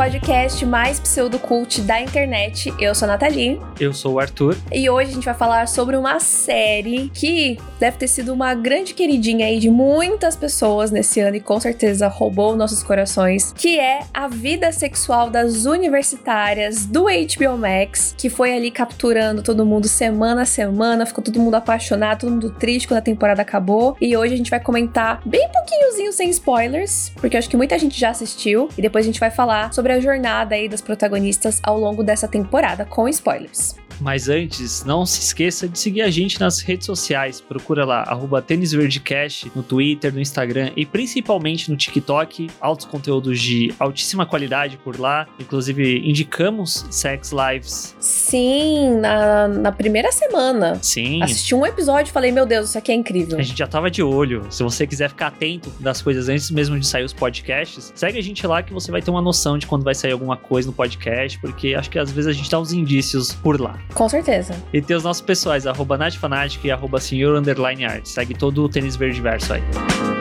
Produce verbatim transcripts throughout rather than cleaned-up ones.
podcast mais pseudocult da internet. Eu sou a Nathalie. Eu sou o Arthur. E hoje a gente vai falar sobre uma série que deve ter sido uma grande queridinha aí de muitas pessoas nesse ano e com certeza roubou nossos corações, que é a vida sexual das universitárias do H B O Max, que foi ali capturando todo mundo semana a semana, ficou todo mundo apaixonado, todo mundo triste quando a temporada acabou. E hoje a gente vai comentar bem pouquinhozinho sem spoilers, porque eu acho que muita gente já assistiu, e depois a gente vai falar sobre a jornada aí das protagonistas ao longo dessa temporada, com spoilers. Mas antes, não se esqueça de seguir a gente nas redes sociais. Procura lá, arroba TênisVerdeCast, no Twitter, no Instagram e principalmente no TikTok. Altos conteúdos de altíssima qualidade por lá. Inclusive, indicamos Sex Lives. Sim, na, na primeira semana. Sim. Assisti um episódio e falei, meu Deus, isso aqui é incrível. A gente já tava de olho. Se você quiser ficar atento das coisas antes mesmo de sair os podcasts, segue a gente lá que você vai ter uma noção de quando vai sair alguma coisa no podcast, porque acho que às vezes a gente dá uns indícios por lá. Com certeza. E tem os nossos pessoais, arroba natfanatic e arroba senhor underline art. Segue todo o Tênis Verde Verso aí.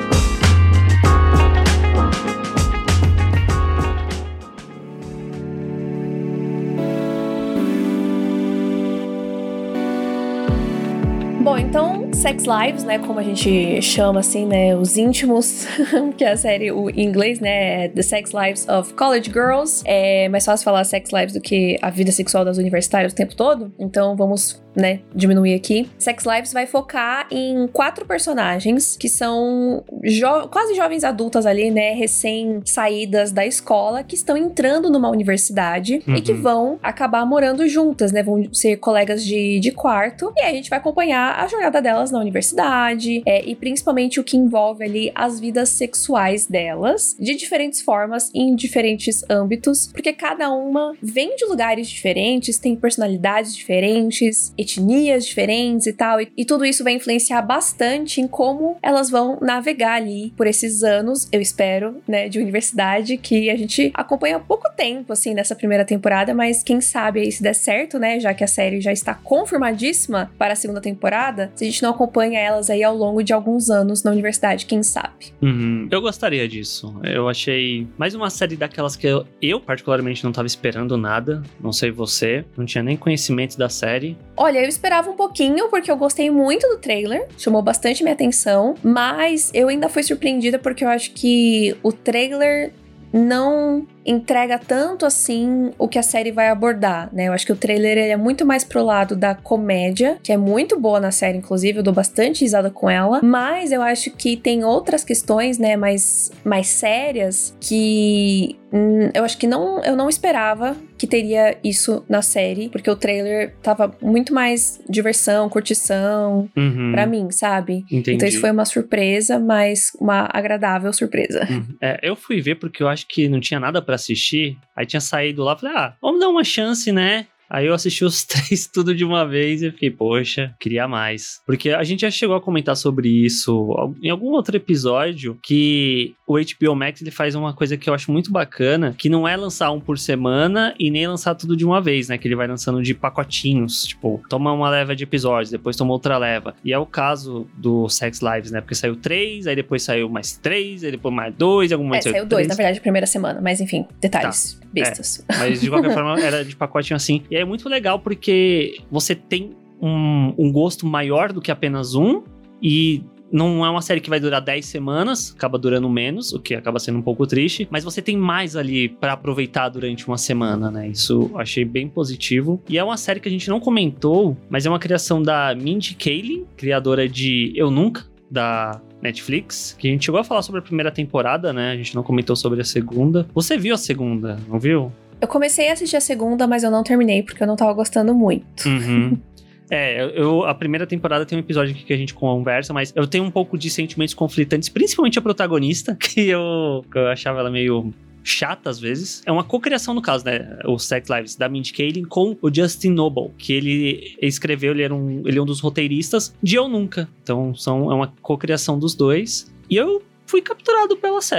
Bom, então, Sex Lives, né, como a gente chama assim, né, os íntimos, que é a série, o, em inglês, né, The Sex Lives of College Girls. É mais fácil falar Sex Lives do que a vida sexual das universitárias o tempo todo, então vamos, né, diminuir aqui. Sex Lives vai focar em quatro personagens que são jo- quase jovens adultas ali, né, recém-saídas da escola, que estão entrando numa universidade uhum. e que vão acabar morando juntas, né, vão ser colegas de, de quarto, e aí a gente vai acompanhar a jornada delas na universidade, é, e principalmente o que envolve ali as vidas sexuais delas, de diferentes formas, em diferentes âmbitos, porque cada uma vem de lugares diferentes, tem personalidades diferentes, etnias diferentes e tal, e, e tudo isso vai influenciar bastante em como elas vão navegar ali por esses anos, eu espero, né, de universidade, que a gente acompanha há pouco tempo, assim, nessa primeira temporada, mas quem sabe aí se der certo, né, já que a série já está confirmadíssima para a segunda temporada, se a gente não acompanha elas aí ao longo de alguns anos na universidade, quem sabe. Uhum. Eu gostaria disso. Eu achei mais uma série daquelas que eu, eu particularmente não estava esperando nada, não sei você, não tinha nem conhecimento da série. Olha, eu esperava um pouquinho, porque eu gostei muito do trailer, chamou bastante minha atenção, mas eu ainda fui surpreendida porque eu acho que o trailer não entrega tanto assim o que a série vai abordar, né? Eu acho que o trailer ele é muito mais pro lado da comédia, que é muito boa na série, inclusive, eu dou bastante risada com ela, mas eu acho que tem outras questões, né, mais, mais sérias, que hum, eu acho que não, eu não esperava que teria isso na série, porque o trailer tava muito mais diversão, curtição, uhum. pra mim, sabe? Entendi. Então isso foi uma surpresa, mas uma agradável surpresa. Uhum. É, eu fui ver porque eu acho que não tinha nada pra assistir, aí tinha saído lá, falei, ah, vamos dar uma chance, né? Aí eu assisti os três tudo de uma vez e fiquei, poxa, queria mais. Porque a gente já chegou a comentar sobre isso em algum outro episódio, que o H B O Max ele faz uma coisa que eu acho muito bacana, que não é lançar um por semana e nem lançar tudo de uma vez, né? Que ele vai lançando de pacotinhos, tipo, toma uma leva de episódios, depois toma outra leva. E é o caso do Sex Lives, né? Porque saiu três, aí depois saiu mais três, aí depois mais dois, algum momento é, saiu, saiu dois, na verdade, a primeira semana, mas enfim, detalhes, tá. bestas. É, mas de qualquer forma era de pacotinho assim. E é muito legal porque você tem um, um gosto maior do que apenas um, e não é uma série que vai durar dez semanas, acaba durando menos, o que acaba sendo um pouco triste, mas você tem mais ali pra aproveitar durante uma semana, né? Isso eu achei bem positivo. E é uma série que a gente não comentou, mas é uma criação da Mindy Kaling, criadora de Eu Nunca, da Netflix, que a gente chegou a falar sobre a primeira temporada, né? A gente não comentou sobre a segunda. Você viu a segunda, não viu? Eu comecei a assistir a segunda, mas eu não terminei, porque eu não tava gostando muito. Uhum. É, eu, a primeira temporada tem um episódio aqui que a gente conversa, mas eu tenho um pouco de sentimentos conflitantes, principalmente a protagonista, que eu, que eu achava ela meio chata às vezes. É uma cocriação no caso, né? O Sex Lives da Mindy Kaling com o Justin Noble, que ele escreveu, ele, era um, ele é um dos roteiristas de Eu Nunca. Então são, é uma cocriação dos dois. E eu fui capturado pela série.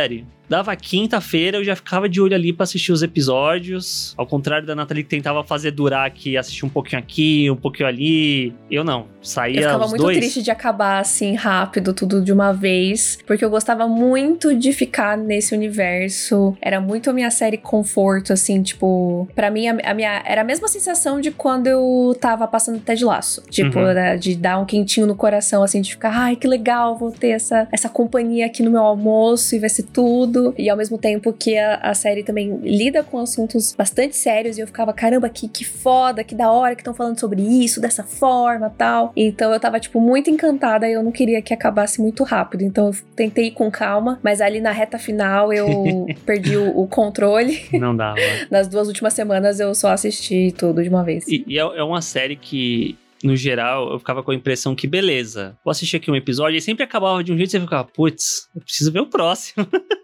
dava quinta-feira, eu já ficava de olho ali pra assistir os episódios. Ao contrário da Nathalie que tentava fazer durar aqui, assistir um pouquinho aqui, um pouquinho ali. Eu não, saía os dois. Eu ficava muito triste de acabar assim, rápido, tudo de uma vez. Porque eu gostava muito de ficar nesse universo. Era muito a minha série conforto, assim, tipo... Pra mim, a, a minha... Era a mesma sensação de quando eu tava passando Ted Lasso. Tipo, Uhum. era de dar um quentinho no coração, assim, de ficar... Ai, que legal, vou ter essa, essa companhia aqui no meu almoço e vai ser tudo. E ao mesmo tempo que a, a série também lida com assuntos bastante sérios e eu ficava, caramba, que, que foda, que da hora que estão falando sobre isso, dessa forma, tal. Então eu tava, tipo, muito encantada e eu não queria que acabasse muito rápido. Então eu tentei ir com calma, mas ali na reta final eu perdi o, o controle. Não dava. Nas duas últimas semanas eu só assisti tudo de uma vez. E, e é, é uma série que... No geral, eu ficava com a impressão que, beleza, vou assistir aqui um episódio e sempre acabava de um jeito e você ficava, putz, eu preciso ver o próximo.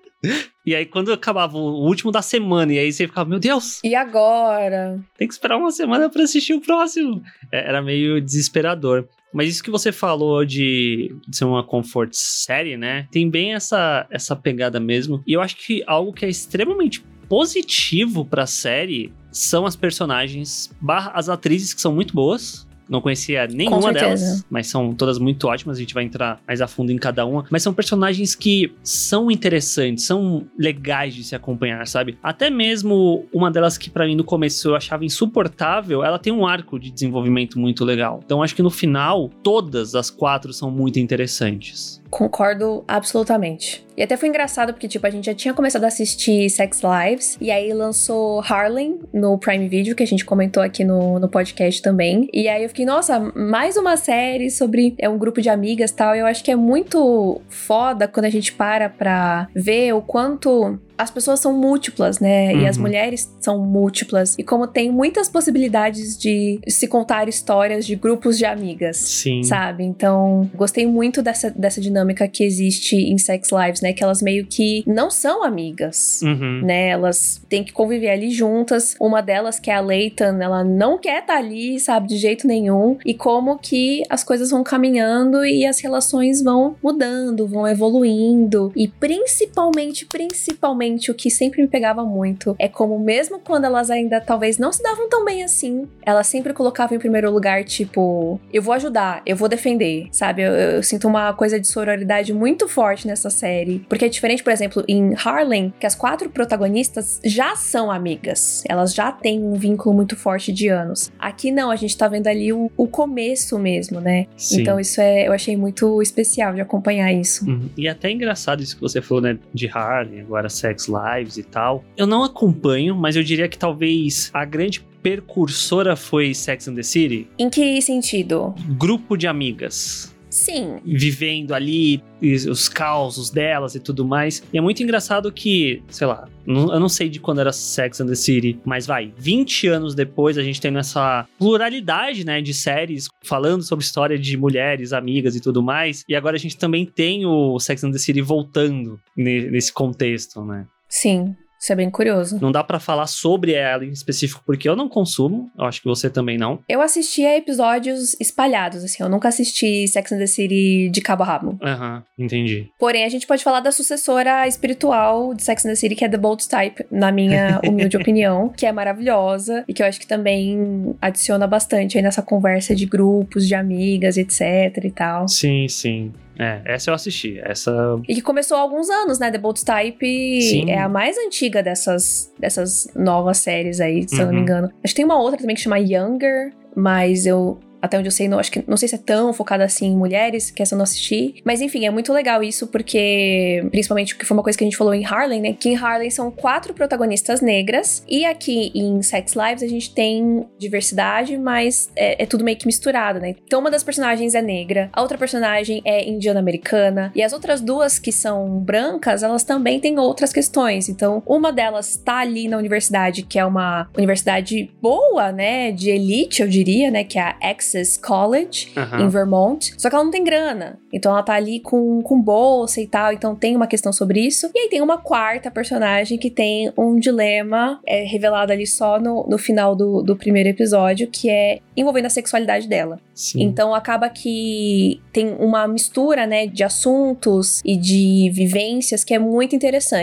E aí, quando acabava o último da semana, e aí você ficava, meu Deus! E agora? Tem que esperar uma semana pra assistir o próximo. É, era meio desesperador. Mas isso que você falou de, de ser uma comfort série, né? Tem bem essa, essa pegada mesmo. E eu acho que algo que é extremamente positivo pra série são as personagens, barra as atrizes que são muito boas. Não conhecia nenhuma delas, mas são todas muito ótimas, a gente vai entrar mais a fundo em cada uma. Mas são personagens que são interessantes, são legais de se acompanhar, sabe? Até mesmo uma delas que pra mim no começo eu achava insuportável, ela tem um arco de desenvolvimento muito legal. Então acho que no final, todas as quatro são muito interessantes. Concordo absolutamente. E até foi engraçado porque, tipo, a gente já tinha começado a assistir Sex Lives e aí lançou Harlem no Prime Video, que a gente comentou aqui no, no podcast também. E aí eu fiquei, nossa, mais uma série sobre é um grupo de amigas e tal. E eu acho que é muito foda quando a gente para pra ver o quanto... As pessoas são múltiplas, né? Uhum. E as mulheres são múltiplas. E como tem muitas possibilidades de se contar histórias de grupos de amigas. Sim. Sabe? Então, gostei muito dessa, dessa dinâmica que existe em Sex Lives, né? Que elas meio que não são amigas, uhum. né? Elas têm que conviver ali juntas. Uma delas, que é a Leighton, ela não quer estar ali, sabe? De jeito nenhum. E como que as coisas vão caminhando e as relações vão mudando, vão evoluindo. E principalmente, principalmente, o que sempre me pegava muito é como mesmo quando elas ainda talvez não se davam tão bem assim, elas sempre colocavam em primeiro lugar, tipo, eu vou ajudar, eu vou defender, sabe? Eu, eu sinto uma coisa de sororidade muito forte nessa série, porque é diferente, por exemplo, em Harlem, que as quatro protagonistas já são amigas, elas já têm um vínculo muito forte de anos. Aqui não, a gente tá vendo ali o, o começo mesmo, né? Sim. Então isso é, eu achei muito especial de acompanhar isso. Uhum. E até engraçado isso que você falou, né, de Harlem, agora Sex Lives e tal. Eu não acompanho, mas eu diria que talvez a grande precursora foi Sex and the City. Em que sentido? Grupo de amigas. Sim. Vivendo ali os causos delas e tudo mais. E é muito engraçado que, sei lá, eu não sei de quando era Sex and the City, mas vai, vinte anos depois a gente tem essa pluralidade, né, de séries falando sobre história de mulheres, amigas e tudo mais. E agora a gente também tem o Sex and the City voltando nesse contexto, né? Sim. Isso é bem curioso. Não dá pra falar sobre ela em específico, porque eu não consumo. Eu acho que você também não. Eu assisti a episódios espalhados, assim. Eu nunca assisti Sex and the City de cabo a rabo. Aham, uhum, entendi. Porém, a gente pode falar da sucessora espiritual de Sex and the City, que é The Bold Type, na minha humilde opinião. Que é maravilhosa e que eu acho que também adiciona bastante aí nessa conversa de grupos, de amigas, etc e tal. Sim, sim. É, essa eu assisti, essa... E que começou há alguns anos, né? The Bold Type Sim. é a mais antiga dessas, dessas novas séries aí, se uhum. eu não me engano. Acho que tem uma outra também que chama Younger, mas eu... Até onde eu sei, não, acho que, não sei se é tão focada assim em mulheres, que essa eu não assisti. Mas enfim, é muito legal isso, porque... Principalmente porque foi uma coisa que a gente falou em Harlem, né? Que em Harlem são quatro protagonistas negras. E aqui em Sex Lives a gente tem diversidade, mas é, é tudo meio que misturado, né? Então uma das personagens é negra, a outra personagem é indiana-americana. E as outras duas que são brancas, elas também têm outras questões. Então uma delas tá ali na universidade, que é uma universidade boa, né? De elite, eu diria, né? Que é a Access College, uhum. em Vermont. Só que ela não tem grana. Então ela tá ali com, com bolsa e tal. Então tem uma questão sobre isso. E aí tem uma quarta personagem que tem um dilema é, revelado ali só no, no final do, do primeiro episódio, que é envolvendo a sexualidade dela. Sim. Então acaba que tem uma mistura, né, de assuntos e de vivências que é muito interessante.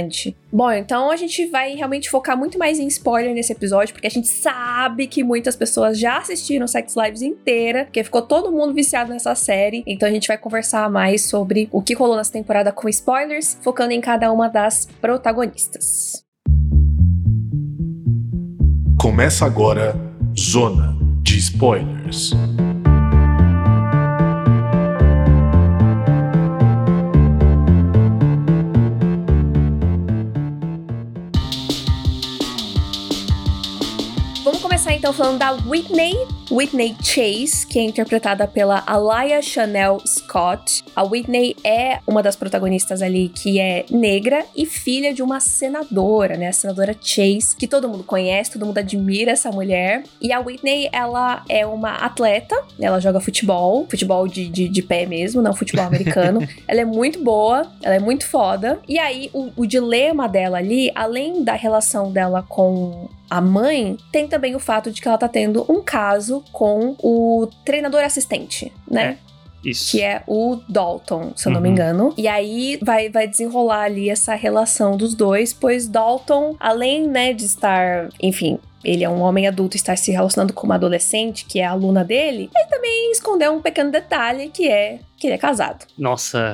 Bom, então a gente vai realmente focar muito mais em spoiler nesse episódio, porque a gente sabe que muitas pessoas já assistiram Sex Lives inteira, porque ficou todo mundo viciado nessa série. Então a gente vai conversar mais sobre o que rolou nessa temporada com spoilers, focando em cada uma das protagonistas. Começa agora Zona de Spoilers. Vamos começar então falando da Whitney, Whitney Chase, que é interpretada pela Alia Chanel Scott. A Whitney é uma das protagonistas ali que é negra e filha de uma senadora, né? A senadora Chase, que todo mundo conhece, todo mundo admira essa mulher. E a Whitney, ela é uma atleta, ela joga futebol, futebol de, de, de pé mesmo, não futebol americano. Ela é muito boa, ela é muito foda. E aí, o, o dilema dela ali, além da relação dela com a mãe, tem também o fato de que ela tá tendo um caso com o treinador assistente, né? É, isso. Que é o Dalton, se eu não Uhum. me engano. E aí vai, vai desenrolar ali essa relação dos dois, pois Dalton, além, né, de estar, enfim, ele é um homem adulto e estar se relacionando com uma adolescente, que é a aluna dele, ele também escondeu um pequeno detalhe, que é que ele é casado. Nossa.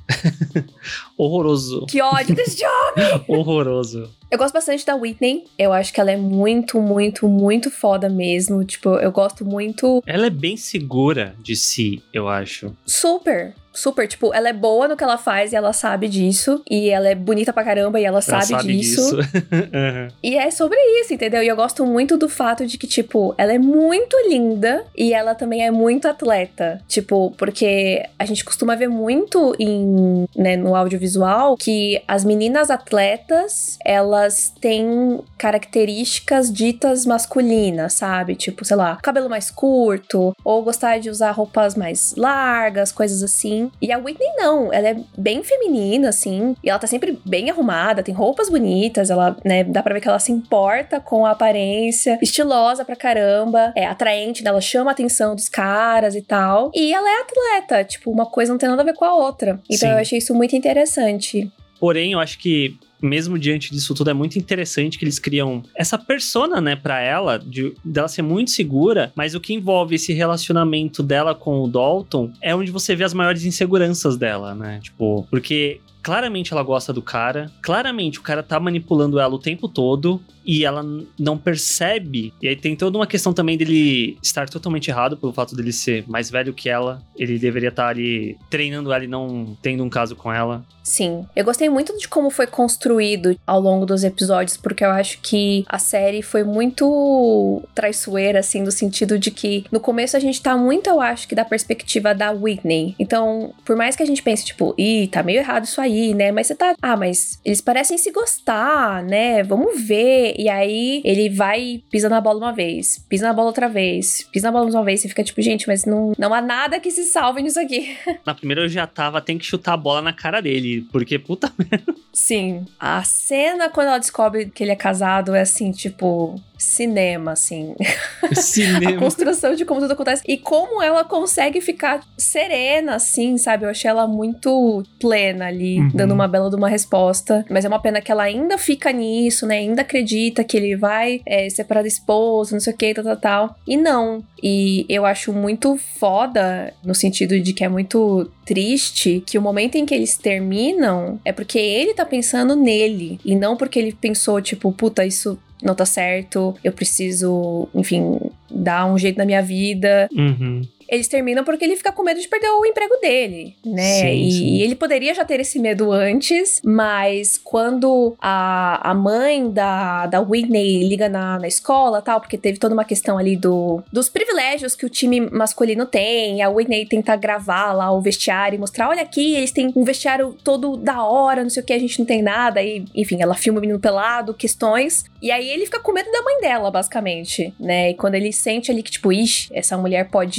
Horroroso. Que ódio desse homem! Horroroso. Eu gosto bastante da Whitney. Eu acho que ela é muito, muito, muito foda mesmo. Tipo, eu gosto muito... Ela é bem segura de si, eu acho. Super, super. Tipo, ela é boa no que ela faz e ela sabe disso. E ela é bonita pra caramba e ela, Ela sabe, sabe disso. disso. Uhum. E é sobre isso, entendeu? E eu gosto muito do fato de que, tipo, ela é muito linda e ela também é muito atleta. Tipo, porque a gente costuma ver muito em, né, no audiovisual que as meninas atletas, elas têm características ditas masculinas, sabe? Tipo, sei lá, cabelo mais curto, ou gostar de usar roupas mais largas, coisas assim. E a Whitney não, ela é bem feminina, assim, e ela tá sempre bem arrumada, tem roupas bonitas, ela, né, dá pra ver que ela se importa com a aparência, estilosa pra caramba, é atraente, né, ela chama a atenção dos caras e tal. E ela é atleta, tipo, uma coisa não tem nada a ver com a outra. Então Sim. eu achei isso muito interessante. Porém, eu acho que mesmo diante disso tudo, é muito interessante que eles criam essa persona, né, pra ela, de, dela ser muito segura, mas o que envolve esse relacionamento dela com o Dalton é onde você vê as maiores inseguranças dela, né, tipo, porque claramente ela gosta do cara, claramente o cara tá manipulando ela o tempo todo e ela não percebe. E aí tem toda uma questão também dele estar totalmente errado pelo fato dele ser mais velho que ela. Ele deveria estar ali treinando ela e não tendo um caso com ela. Sim, eu gostei muito de como foi construído ao longo dos episódios, porque eu acho que a série foi muito traiçoeira, assim, no sentido de que no começo a gente tá muito, eu acho, que da perspectiva da Whitney. Então, por mais que a gente pense, tipo, ih, tá meio errado isso aí, né? Mas você tá, ah, mas eles parecem se gostar, né? Vamos ver. E aí ele vai e pisa na bola uma vez, pisa na bola outra vez, pisa na bola uma vez, e fica tipo, gente, mas não, não há nada que se salve nisso aqui. Na primeira eu já tava, tem que chutar a bola na cara dele, porque puta merda. Sim. A cena quando ela descobre que ele é casado é assim, tipo, cinema, assim. Cinema. A construção de como tudo acontece. E como ela consegue ficar serena, assim, sabe? Eu achei ela muito plena ali, Uhum. dando uma bela de uma resposta. Mas é uma pena que ela ainda fica nisso, né? Ainda acredita que ele vai é, separar da esposa, não sei o que, tal, tal, tal. E não. E eu acho muito foda, no sentido de que é muito triste, que o momento em que eles terminam é porque ele tá pensando nele. E não porque ele pensou, tipo, puta, isso não tá certo, eu preciso, enfim, dar um jeito na minha vida. Uhum. Eles terminam porque ele fica com medo de perder o emprego dele, né? Sim, e, sim. e ele poderia já ter esse medo antes, mas quando a, a mãe da, da Whitney liga na, na escola, tal, porque teve toda uma questão ali do, dos privilégios que o time masculino tem, a Whitney tenta gravar lá o vestiário e mostrar, olha aqui, eles têm um vestiário todo da hora, não sei o que, a gente não tem nada, e enfim, ela filma o menino pelado, questões, e aí ele fica com medo da mãe dela, basicamente, né? E quando ele sente ali que, tipo, ixi, essa mulher pode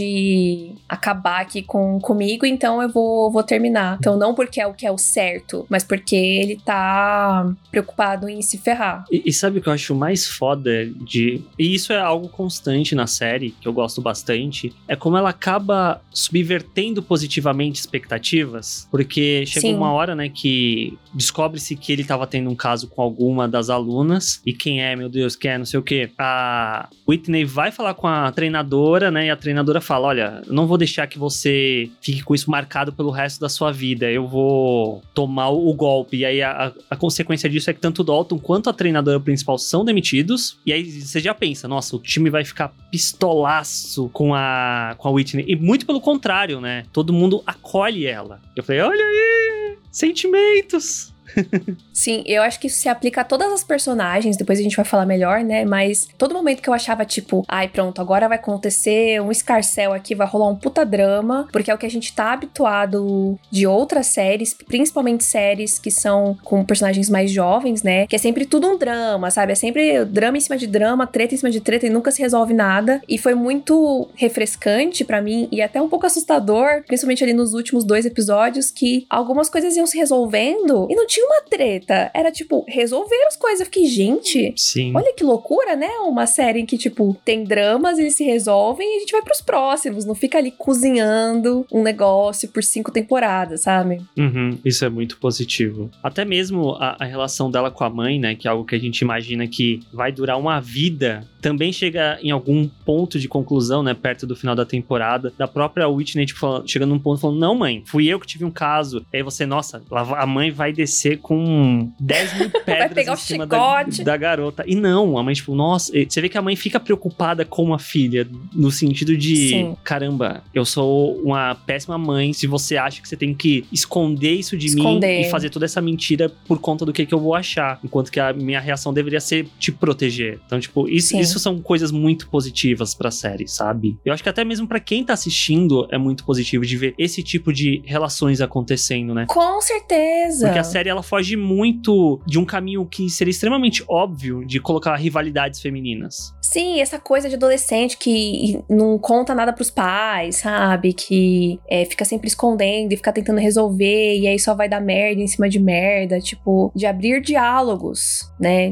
vai acabar aqui com, comigo, então eu vou, vou terminar. Então não porque é o que é o certo, mas porque ele tá preocupado em se ferrar. E, e sabe o que eu acho mais foda de... E isso é algo constante na série, que eu gosto bastante, é como ela acaba subvertendo positivamente expectativas, porque chega Sim. uma hora, né, que descobre-se que ele tava tendo um caso com alguma das alunas, e quem é, meu Deus, quem é, não sei o quê. A Whitney vai falar com a treinadora, né, e a treinadora fala, olha, eu não vou deixar que você fique com isso marcado pelo resto da sua vida, eu vou tomar o, o golpe. E aí a, a, a consequência disso é que tanto o Dalton quanto a treinadora principal são demitidos, e aí você já pensa, nossa, o time vai ficar pistolaço com a, com a Whitney. E muito pelo contrário, né, todo mundo acolhe ela. Eu falei, olha aí, sentimentos. Sim, eu acho que isso se aplica a todas as personagens, depois a gente vai falar melhor, né? Mas todo momento que eu achava, tipo, ai, pronto, agora vai acontecer um escarcéu aqui, vai rolar um puta drama, porque é o que a gente tá habituado de outras séries, principalmente séries que são com personagens mais jovens, né? Que é sempre tudo um drama, sabe? É sempre drama em cima de drama, treta em cima de treta e nunca se resolve nada. E foi muito refrescante pra mim e até um pouco assustador, principalmente ali nos últimos dois episódios, que algumas coisas iam se resolvendo e não tinha uma treta, era tipo, resolver as coisas. Eu fiquei, gente, Sim. Olha que loucura, né? Uma série em que, tipo, tem dramas, eles se resolvem e a gente vai pros próximos, não fica ali cozinhando um negócio por cinco temporadas, sabe? Uhum, isso é muito positivo. Até mesmo a, a relação dela com a mãe, né, que é algo que a gente imagina que vai durar uma vida, também chega em algum ponto de conclusão, né, perto do final da temporada, da própria Whitney, tipo, falando, chegando num ponto falando, não, mãe, fui eu que tive um caso. E aí você, nossa, a mãe vai descer com dez mil pedras pegar em o cima da, chicote. da garota. E não, a mãe, tipo, nossa, você vê que a mãe fica preocupada com a filha, no sentido de, Sim. caramba, eu sou uma péssima mãe, se você acha que você tem que esconder isso de Esconder. mim e fazer toda essa mentira por conta do que, que eu vou achar, enquanto que a minha reação deveria ser te proteger. Então, tipo, isso, Sim. isso são coisas muito positivas pra série, sabe? Eu acho que até mesmo pra quem tá assistindo é muito positivo de ver esse tipo de relações acontecendo, né? Com certeza. Porque a série, ela foge muito de um caminho que seria extremamente óbvio de colocar rivalidades femininas. Sim, essa coisa de adolescente que não conta nada pros pais, sabe? Que é, fica sempre escondendo e fica tentando resolver e aí só vai dar merda em cima de merda. Tipo, de abrir diálogos, né?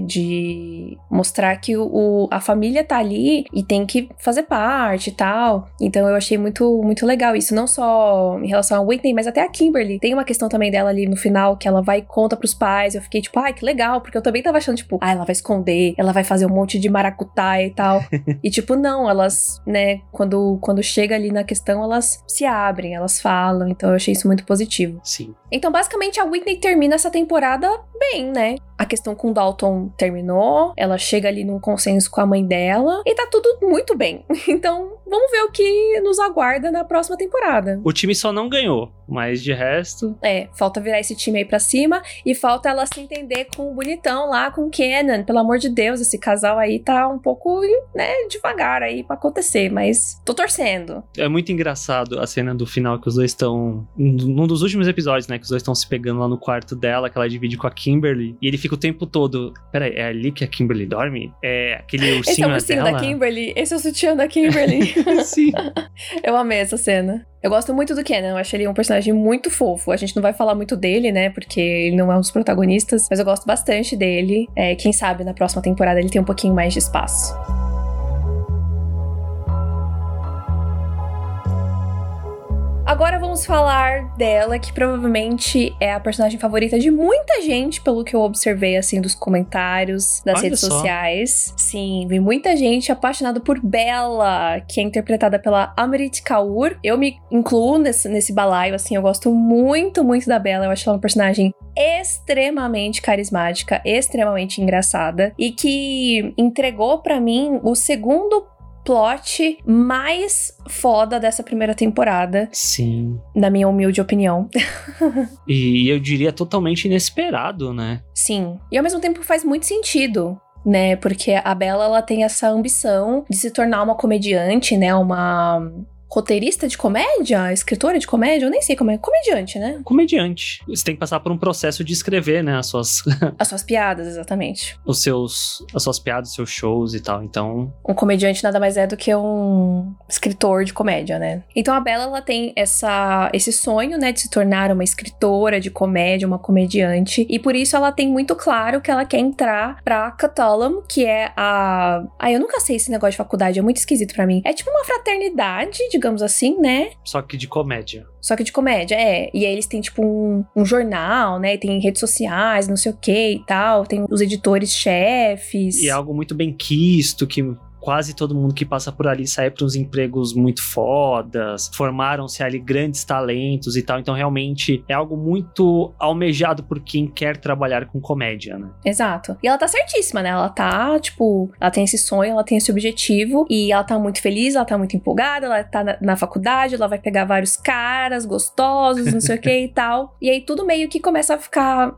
De mostrar que o, o- a família tá ali e tem que fazer parte e tal. Então eu achei muito, muito legal isso. Não só em relação a Whitney, mas até a Kimberly. Tem uma questão também dela ali no final que ela vai e conta pros pais. Eu fiquei tipo, ai, que legal. Porque eu também tava achando, tipo, ah, ela vai esconder, ela vai fazer um monte de maracutaia e tal. E tipo, não, elas, né, quando, quando chega ali na questão, elas se abrem, elas falam. Então eu achei isso muito positivo. Sim. Então, basicamente, a Whitney termina essa temporada bem, né? A questão com o Dalton terminou, ela chega ali num consenso com a mãe dela e tá tudo muito bem. Então, vamos ver o que nos aguarda na próxima temporada. O time só não ganhou, mas de resto... É, falta virar esse time aí pra cima e falta ela se entender com o bonitão lá, com o Kenan. Pelo amor de Deus, esse casal aí tá um pouco, né, devagar aí pra acontecer, mas tô torcendo. É muito engraçado a cena do final que os dois estão... Num dos últimos episódios, né? Que os dois estão se pegando lá no quarto dela, que ela divide com a Kimberly. E ele fica o tempo todo... Peraí, é ali que a Kimberly dorme? É aquele ursinho Esse é o é ursinho dela? da Kimberly, esse é o sutiã da Kimberly. Sim. Eu amei essa cena. Eu gosto muito do Kenan, eu acho ele um personagem muito fofo. A gente não vai falar muito dele, né, porque ele não é um dos protagonistas, mas eu gosto bastante dele. É, quem sabe na próxima temporada ele tem um pouquinho mais de espaço. Agora vamos falar dela, que provavelmente é a personagem favorita de muita gente, pelo que eu observei, assim, dos comentários, das Olha redes só. sociais. Sim, vi muita gente apaixonada por Bella, que é interpretada pela Amrit Kaur. Eu me incluo nesse, nesse balaio, assim, eu gosto muito, muito da Bella. Eu acho ela uma personagem extremamente carismática, extremamente engraçada, e que entregou pra mim o segundo plot mais foda dessa primeira temporada, Sim. na minha humilde opinião. E eu diria totalmente inesperado, né? Sim. E ao mesmo tempo faz muito sentido, né? Porque a Bella, ela tem essa ambição de se tornar uma comediante, né? Uma roteirista de comédia? Escritora de comédia? Eu nem sei como é. Comediante, né? Comediante. Você tem que passar por um processo de escrever, né? As suas... As suas piadas, exatamente. Os seus... As suas piadas, os seus shows e tal. Então... Um comediante nada mais é do que um escritor de comédia, né? Então a Bella, ela tem essa, esse sonho, né? De se tornar uma escritora de comédia, uma comediante. E por isso ela tem muito claro que ela quer entrar pra Catalum, que é a... Ah, eu nunca sei esse negócio de faculdade, é muito esquisito pra mim. É tipo uma fraternidade, digamos assim, né? Só que de comédia. Só que de comédia, é. E aí eles têm, tipo, um, um jornal, né? Tem redes sociais, não sei o que e tal. Tem os editores-chefes. E é algo muito bem quisto, que... Quase todo mundo que passa por ali sai para uns empregos muito fodas, formaram-se ali grandes talentos e tal, então realmente é algo muito almejado por quem quer trabalhar com comédia, né? Exato. E ela tá certíssima, né? Ela tá, tipo, ela tem esse sonho, ela tem esse objetivo e ela tá muito feliz, ela tá muito empolgada, ela tá na, na faculdade, ela vai pegar vários caras gostosos, não sei o que e tal. E aí tudo meio que começa a ficar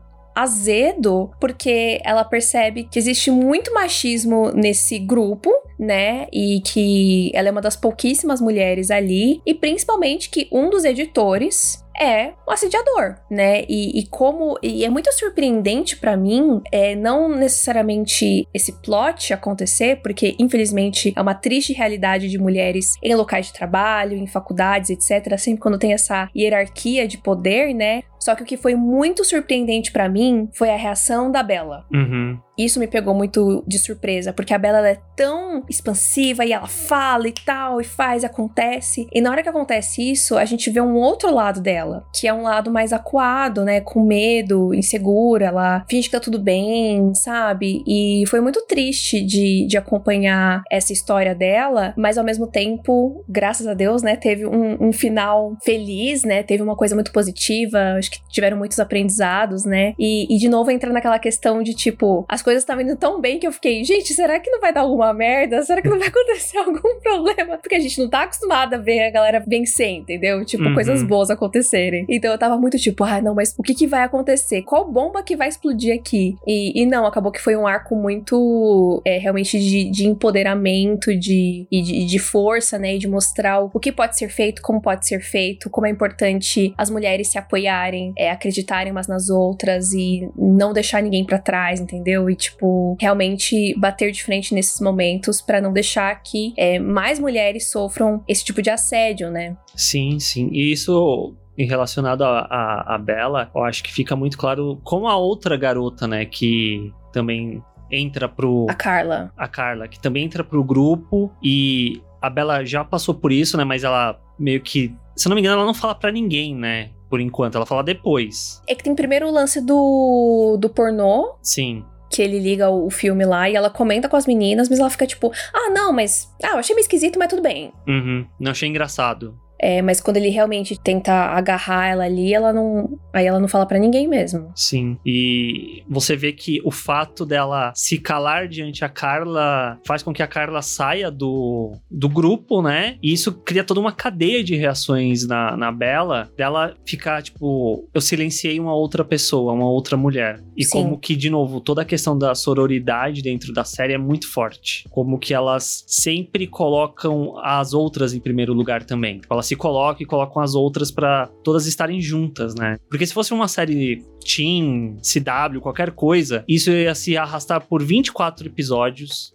azedo, porque ela percebe que existe muito machismo nesse grupo, né, e que ela é uma das pouquíssimas mulheres ali, e principalmente que um dos editores é um assediador, né, e, e como, e é muito surpreendente pra mim, é, não necessariamente esse plot acontecer, porque infelizmente é uma triste realidade de mulheres em locais de trabalho, em faculdades, etcétera, sempre quando tem essa hierarquia de poder, né. Só que o que foi muito surpreendente pra mim foi a reação da Bella. Uhum. Isso me pegou muito de surpresa, porque a Bella ela é tão expansiva e ela fala e tal, e faz, acontece. E na hora que acontece isso, a gente vê um outro lado dela, que é um lado mais acuado, né, com medo, insegura, ela finge que tá tudo bem, sabe? E foi muito triste de, de acompanhar essa história dela, mas ao mesmo tempo, graças a Deus, né, teve um, um final feliz, né, teve uma coisa muito positiva, acho que tiveram muitos aprendizados, né, e, e de novo entra naquela questão de tipo, as coisas estavam indo tão bem que eu fiquei, gente, será que não vai dar alguma merda? Será que não vai acontecer algum problema? Porque a gente não tá acostumada a ver a galera vencer, entendeu? Tipo, uhum. coisas boas acontecerem. Então eu tava muito tipo, ah, não, mas o que que vai acontecer? Qual bomba que vai explodir aqui? E, e não, acabou que foi um arco muito, é, realmente de, de empoderamento, de, e de, de força, né? E de mostrar o, o que pode ser feito, como pode ser feito, como é importante as mulheres se apoiarem, é, acreditarem umas nas outras e não deixar ninguém pra trás, entendeu? E tipo, realmente bater de frente nesses momentos pra não deixar que é, mais mulheres sofram esse tipo de assédio, né? Sim, sim. E isso, em relacionado a, a, a Bella, eu acho que fica muito claro como a outra garota, né, que também entra pro... A Carla. A Carla, que também entra pro grupo e a Bella já passou por isso, né, mas ela meio que, se eu não me engano, ela não fala pra ninguém, né, por enquanto, ela fala depois. É que tem primeiro o lance do, do pornô. Sim. Que ele liga o filme lá e ela comenta com as meninas, mas ela fica tipo, ah, não, mas... Ah, eu achei meio esquisito, mas tudo bem. Uhum, não achei engraçado. É, mas quando ele realmente tenta agarrar ela ali, ela não... Aí ela não fala pra ninguém mesmo. Sim, e você vê que o fato dela se calar diante a Carla faz com que a Carla saia do, do grupo, né? E isso cria toda uma cadeia de reações na, na Bella, dela ficar, tipo, eu silenciei uma outra pessoa, uma outra mulher. E Sim. Como que, de novo, toda a questão da sororidade dentro da série é muito forte. Como que elas sempre colocam as outras em primeiro lugar também. Elas se colocam e colocam as outras pra todas estarem juntas, né? Porque se fosse uma série teen, C W, qualquer coisa, isso ia se arrastar por vinte e quatro episódios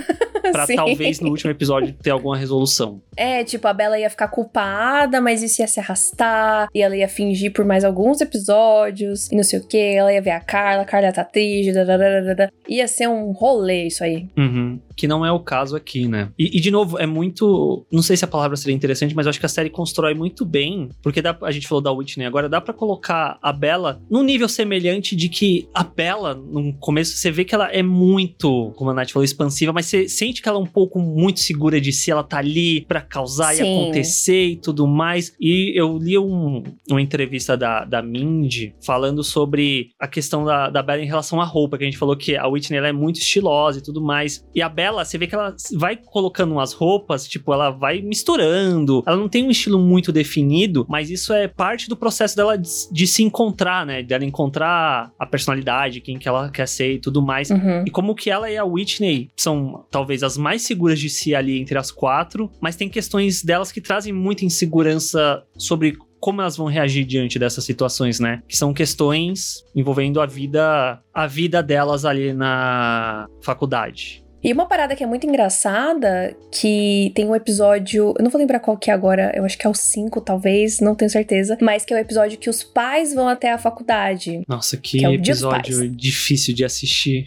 pra Sim. talvez no último episódio ter alguma resolução. É, tipo, a Bella ia ficar culpada, mas isso ia se arrastar, e ela ia fingir por mais alguns episódios, e não sei o que, ela ia ver a Carla, a Carla tá triste, dadadadada. Ia ser um rolê isso aí. Uhum. Que não é o caso aqui, né? E, e, de novo, é muito... Não sei se a palavra seria interessante, mas eu acho que a série constrói muito bem, porque dá, a gente falou da Whitney agora, dá pra colocar a Bella num nível semelhante de que a Bella, no começo, você vê que ela é muito, como a Nath falou, expansiva, mas você sente que ela é um pouco muito segura de si, ela tá ali pra causar Sim. e acontecer e tudo mais. E eu li um, uma entrevista da, da Mindy falando sobre a questão da, da Bella em relação à roupa, que a gente falou que a Whitney ela é muito estilosa e tudo mais, e a Bella Bella, você vê que ela vai colocando umas roupas, tipo, ela vai misturando. Ela não tem um estilo muito definido, mas isso é parte do processo dela de, de se encontrar, né? Dela encontrar a personalidade, quem que ela quer ser e tudo mais. Uhum. E como que ela e a Whitney são talvez as mais seguras de si ali entre as quatro, mas tem questões delas que trazem muita insegurança sobre como elas vão reagir diante dessas situações, né? Que são questões envolvendo a vida, a vida delas ali na faculdade. E uma parada que é muito engraçada, que tem um episódio, eu não vou lembrar qual que é agora, eu acho que é o cinco, talvez, não tenho certeza, mas que é o episódio que os pais vão até a faculdade. Nossa, que, que é episódio difícil de assistir.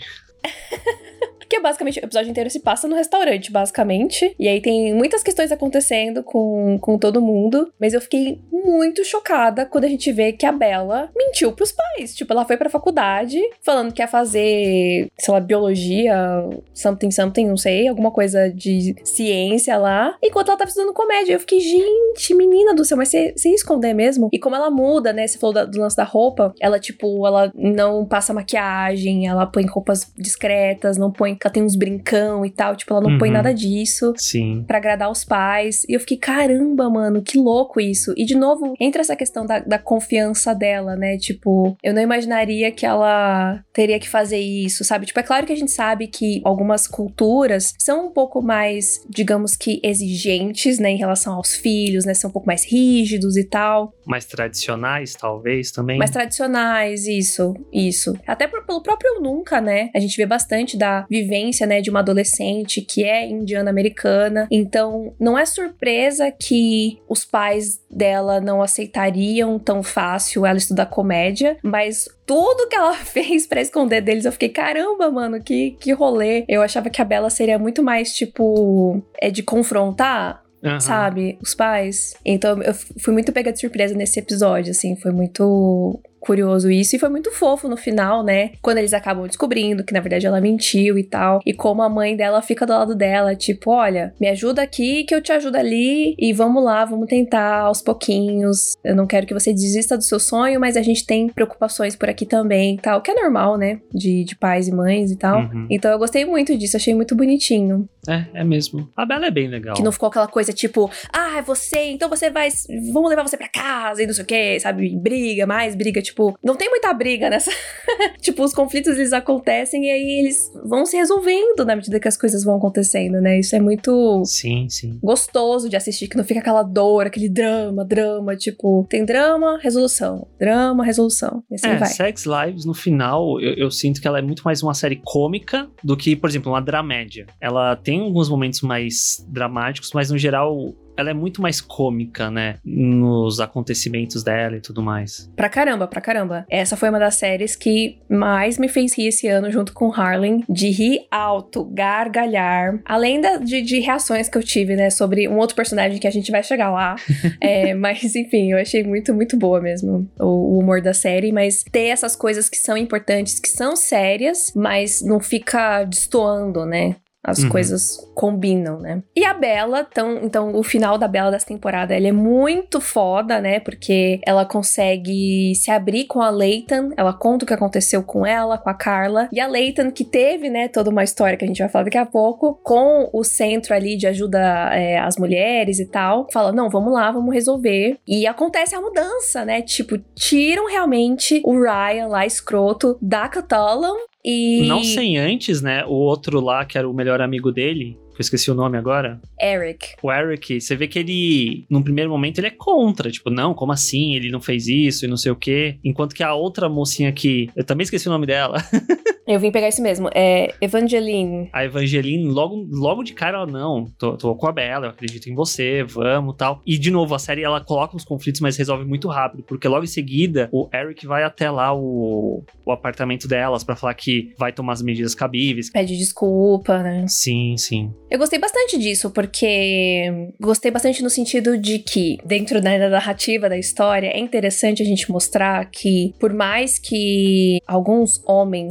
Que é basicamente, o episódio inteiro se passa no restaurante, basicamente. E aí tem muitas questões acontecendo com, com todo mundo. Mas eu fiquei muito chocada quando a gente vê que a Bella mentiu pros pais. Tipo, ela foi pra faculdade falando que ia fazer, sei lá, biologia, something, something, não sei, alguma coisa de ciência lá. Enquanto ela tava estudando comédia. Eu fiquei, gente, menina do céu, mas você ia esconder mesmo? E como ela muda, né? Você falou da, do lance da roupa. Ela, tipo, ela não passa maquiagem, ela põe roupas discretas, não põe... Ela tem uns brincão e tal, tipo, ela não uhum. põe nada disso. Sim. Pra agradar os pais. E eu fiquei, caramba, mano, que louco isso. E de novo, entra essa questão da, da confiança dela, né? Tipo, eu não imaginaria que ela teria que fazer isso, sabe? Tipo, é claro que a gente sabe que algumas culturas são um pouco mais, digamos que, exigentes, né? Em relação aos filhos, né? São um pouco mais rígidos e tal. Mais tradicionais, talvez, também. Mais tradicionais, isso, isso. Até por, pelo próprio Eu Nunca, né? A gente vê bastante da vivência, né, de uma adolescente que é indiana-americana. Então, não é surpresa que os pais dela não aceitariam tão fácil ela estudar comédia, mas tudo que ela fez pra esconder deles, eu fiquei, caramba, mano, que, que rolê. Eu achava que a Bella seria muito mais, tipo, é de confrontar, uhum. sabe, os pais. Então, eu fui muito pega de surpresa nesse episódio, assim, foi muito... curioso isso, e foi muito fofo no final, né, quando eles acabam descobrindo que na verdade ela mentiu e tal, e como a mãe dela fica do lado dela, tipo, olha, me ajuda aqui que eu te ajudo ali, e vamos lá, vamos tentar aos pouquinhos, eu não quero que você desista do seu sonho, mas a gente tem preocupações por aqui também e tal, que é normal, né, de, de pais e mães e tal, uhum. Então eu gostei muito disso, achei muito bonitinho. É, é mesmo. A Bella é bem legal. Que não ficou aquela coisa tipo, ah, é você, então você vai, vamos levar você pra casa e não sei o que, sabe, briga, mais briga, tipo, Tipo, não tem muita briga nessa... tipo, os conflitos, eles acontecem e aí eles vão se resolvendo na medida que as coisas vão acontecendo, né? Isso é muito... Sim, sim. Gostoso de assistir, que não fica aquela dor, aquele drama, drama, tipo... Tem drama, resolução. Drama, resolução. E assim é, vai. Sex Lives, no final, eu, eu sinto que ela é muito mais uma série cômica do que, por exemplo, uma dramédia. Ela tem alguns momentos mais dramáticos, mas no geral... ela é muito mais cômica, né? Nos acontecimentos dela e tudo mais. Pra caramba, pra caramba. Essa foi uma das séries que mais me fez rir esse ano, junto com Harlem. De rir alto, gargalhar. Além da, de, de reações que eu tive, né? Sobre um outro personagem que a gente vai chegar lá. é, mas, enfim, eu achei muito, muito boa mesmo o, o humor da série. Mas ter essas coisas que são importantes, que são sérias, mas não fica destoando, né? As uhum. coisas combinam, né? E a Bella, tão, então o final da Bella dessa temporada, ela é muito foda, né? Porque ela consegue se abrir com a Layton, ela conta o que aconteceu com ela, com a Carla. E a Layton, que teve, né, toda uma história que a gente vai falar daqui a pouco, com o centro ali de ajuda é, às mulheres e tal, fala, não, vamos lá, vamos resolver. E acontece a mudança, né? Tipo, tiram realmente o Ryan lá, escroto, da Catalan. E... não sem antes, né, o outro lá, que era o melhor amigo dele, que eu esqueci o nome agora. Eric. O Eric, você vê que ele, num primeiro momento, ele é contra. Tipo, não, como assim? Ele não fez isso e não sei o quê. Enquanto que a outra mocinha aqui, eu também esqueci o nome dela. Eu vim pegar isso mesmo, é Evangeline. A Evangeline, logo, logo de cara, ela, não, tô, tô com a Bella, eu acredito em você, vamos, tal. E, de novo, a série, ela coloca os conflitos, mas resolve muito rápido, porque logo em seguida, o Eric vai até lá o, o apartamento delas pra falar que vai tomar as medidas cabíveis. Pede desculpa, né? Sim, sim. Eu gostei bastante disso, porque gostei bastante no sentido de que, dentro, né, da narrativa da história, é interessante a gente mostrar que, por mais que alguns homens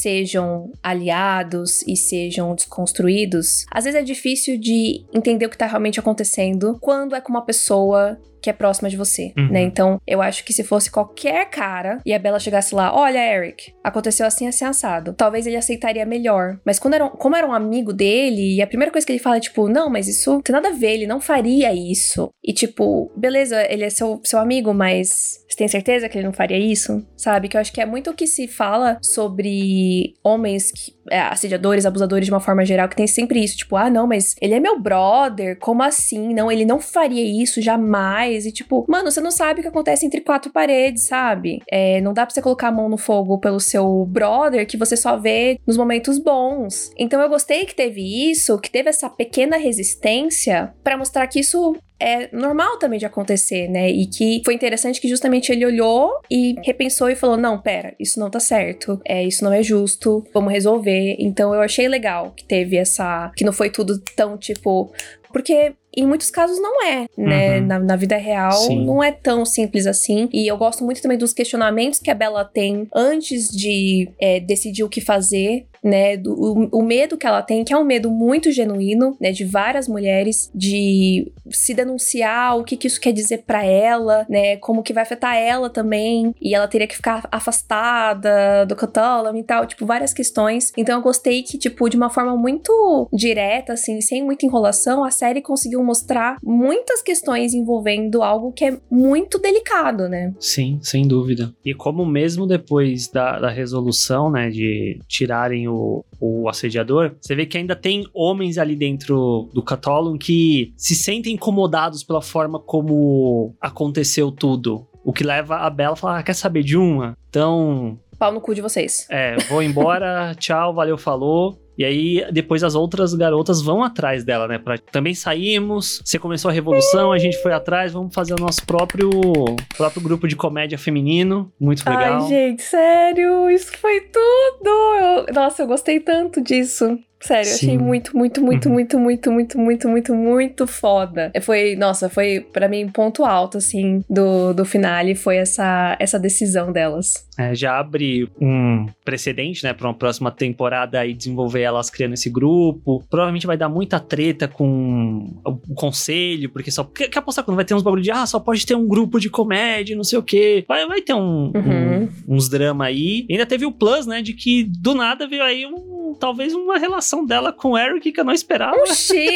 sejam aliados e sejam desconstruídos, às vezes é difícil de entender o que tá realmente acontecendo quando é com uma pessoa que é próxima de você, uhum. né? Então, eu acho que se fosse qualquer cara e a Bella chegasse lá, olha, Eric, aconteceu assim, assim, assado, talvez ele aceitaria melhor. Mas quando era um, como era um amigo dele, e a primeira coisa que ele fala é tipo, não, mas isso não tem nada a ver, ele não faria isso. E tipo, beleza, ele é seu, seu amigo, mas você tem certeza que ele não faria isso? Sabe? Que eu acho que é muito o que se fala sobre homens que, é, assediadores, abusadores de uma forma geral, que tem sempre isso, tipo, ah, não, mas ele é meu brother, como assim? Não, ele não faria isso, jamais. E tipo, mano, você não sabe o que acontece entre quatro paredes, sabe? É, não dá pra você colocar a mão no fogo pelo seu brother que você só vê nos momentos bons. Então eu gostei que teve isso, que teve essa pequena resistência pra mostrar que isso é normal também de acontecer, né? E que foi interessante que justamente ele olhou e repensou e falou, não, pera, isso não tá certo, é, isso não é justo, vamos resolver. Então eu achei legal que teve essa... que não foi tudo tão, tipo... Porque em muitos casos não é, né? Uhum. Na, na vida real, Sim. não é tão simples assim. E eu gosto muito também dos questionamentos que a Bella tem antes de é, decidir o que fazer, né? Do, o, o medo que ela tem, que é um medo muito genuíno, né? De várias mulheres, de se denunciar, o que, que isso quer dizer pra ela, né? Como que vai afetar ela também. E ela teria que ficar afastada do Cthulhu e tal. Tipo, várias questões. Então eu gostei que, tipo, de uma forma muito direta, assim, sem muita enrolação, a série conseguiu mostrar muitas questões envolvendo algo que é muito delicado, né? Sim, sem dúvida. E como mesmo depois da, da resolução, né, de tirarem o, o assediador, você vê que ainda tem homens ali dentro do Cthulhu que se sentem incomodados pela forma como aconteceu tudo. O que leva a Bella a falar, ah, quer saber de uma? Então... pau no cu de vocês. É, vou embora, tchau, valeu, falou. E aí, depois as outras garotas vão atrás dela, né? Pra... também saímos, você começou a revolução, a gente foi atrás, vamos fazer o nosso próprio, próprio grupo de comédia feminino. Muito legal. Ai, gente, sério, isso foi tudo! Eu... Nossa, eu gostei tanto disso. Sério, eu achei muito, muito, muito, uhum. muito, muito, muito, muito, muito, muito foda. Foi, nossa, foi pra mim ponto alto, assim, do, do finale, foi essa, essa decisão delas. É, já abre um precedente, né, pra uma próxima temporada e desenvolver elas criando esse grupo. Provavelmente vai dar muita treta com o conselho, porque só... Quer, quer apostar quando vai ter uns bagulho de, ah, só pode ter um grupo de comédia, não sei o quê. Vai, vai ter um, uhum. um, uns drama aí. E ainda teve o plus, né, de que do nada veio aí um, talvez uma relação dela com o Eric que eu não esperava. Um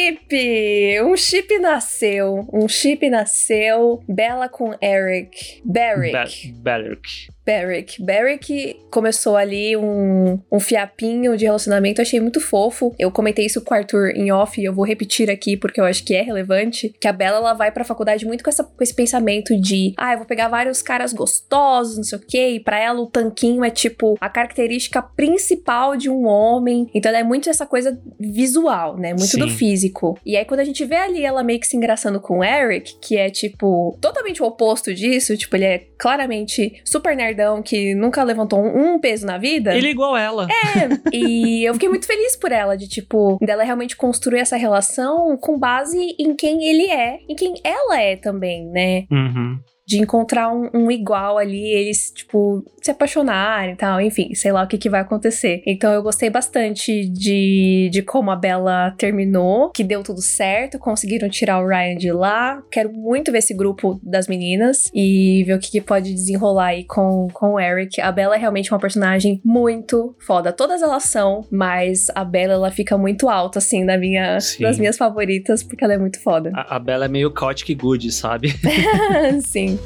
chip! Um chip nasceu. Um chip nasceu. Bella com Eric. Barrick. Ba- Barrick. Barrick. Barrick começou ali um, um fiapinho de relacionamento, eu achei muito fofo. Eu comentei isso com o Arthur em off e eu vou repetir aqui porque eu acho que é relevante. Que a Bella, ela vai pra faculdade muito com, essa, com esse pensamento de, ah, eu vou pegar vários caras gostosos, não sei o quê. E pra ela o tanquinho é tipo a característica principal de um homem. Então ela é muito essa coisa visual, né? Muito Sim. do físico. E aí quando a gente vê ali ela meio que se engraçando com o Eric, que é tipo totalmente o oposto disso, tipo, ele é claramente super nerd que nunca levantou um peso na vida. Ele é igual ela. É, e eu fiquei muito feliz por ela, de tipo, dela realmente construir essa relação com base em quem ele é, em quem ela é também, né? Uhum. De encontrar um, um igual ali, eles, tipo, se apaixonarem e tal, enfim, sei lá o que, que vai acontecer. Então eu gostei bastante de, de como a Bella terminou, que deu tudo certo, conseguiram tirar o Ryan de lá. Quero muito ver esse grupo das meninas e ver o que, que pode desenrolar aí com, com o Eric. A Bella é realmente uma personagem muito foda. Todas elas são, mas a Bella, ela fica muito alta, assim, na minha, nas minhas favoritas, porque ela é muito foda. A, a Bella é meio chaotic good, sabe? Sim.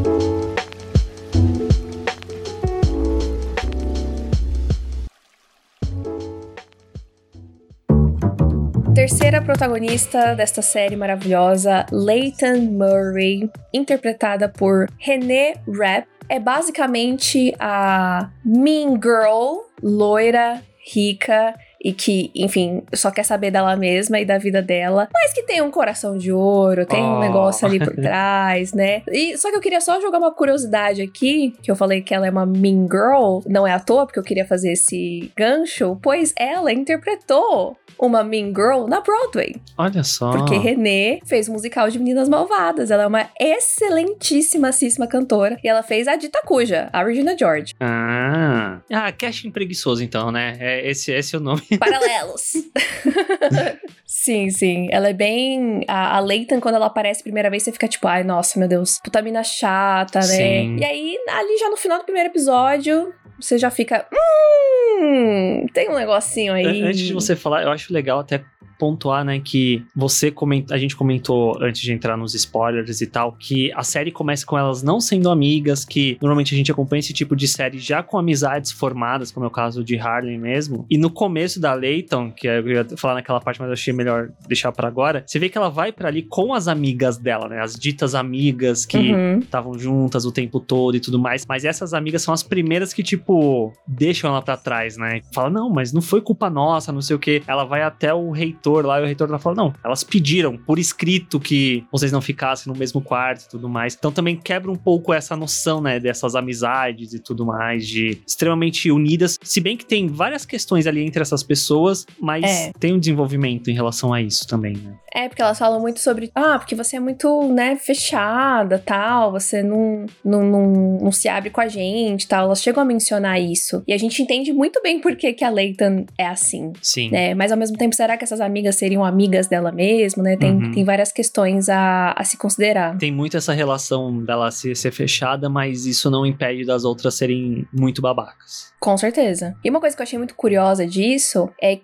Terceira protagonista desta série maravilhosa, Leighton Murray, interpretada por Renée Rapp, é basicamente a mean girl, loira, rica e que, enfim, só quer saber dela mesma e da vida dela, mas que tem um coração de ouro, tem oh. um negócio ali por trás, né? E, só que eu queria só jogar uma curiosidade aqui, que eu falei que ela é uma mean girl, não é à toa, porque eu queria fazer esse gancho, pois ela interpretou uma mean girl na Broadway. Olha só. Porque Renée fez um musical de Meninas Malvadas. Ela é uma excelentíssima cantora. E ela fez a Dita Cuja, a Regina George. Ah, ah casting preguiçoso então, né? É, esse, esse é o nome. Paralelos. Sim, sim. Ela é bem... A, a Leighton, quando ela aparece a primeira vez, você fica tipo, ai, nossa, meu Deus, puta mina chata, né? Sim. E aí, ali já no final do primeiro episódio, você já fica... Hum, tem um negocinho aí. Antes de você falar, eu acho legal até pontuar, né, que você comenta, a gente comentou antes de entrar nos spoilers e tal, que a série começa com elas não sendo amigas, que normalmente a gente acompanha esse tipo de série já com amizades formadas, como é o caso de Harley mesmo, e no começo da Leighton, que eu ia falar naquela parte, mas eu achei melhor deixar pra agora, você vê que ela vai pra ali com as amigas dela, né, as ditas amigas que estavam uhum. juntas o tempo todo e tudo mais, mas essas amigas são as primeiras que, tipo, deixam ela pra trás, né, fala, não, mas não foi culpa nossa, não sei o que, ela vai até o reitor lá, e o reitor lá fala, não, elas pediram por escrito que vocês não ficassem no mesmo quarto e tudo mais. Então também quebra um pouco essa noção, né, dessas amizades e tudo mais, de extremamente unidas, se bem que tem várias questões ali entre essas pessoas, mas é. tem um desenvolvimento em relação a isso também, né? É, porque elas falam muito sobre, ah, porque você é muito, né, fechada, tal, você não, não, não, não se abre com a gente, tal, elas chegam a mencionar isso, e a gente entende muito bem por que que a Leighton é assim. Sim. Né? Mas ao mesmo tempo, será que essas amigas seriam amigas dela mesmo, né? Tem, uhum. tem várias questões a, a se considerar. Tem muito essa relação dela ser, ser fechada, mas isso não impede das outras serem muito babacas. Com certeza. E uma coisa que eu achei muito curiosa disso é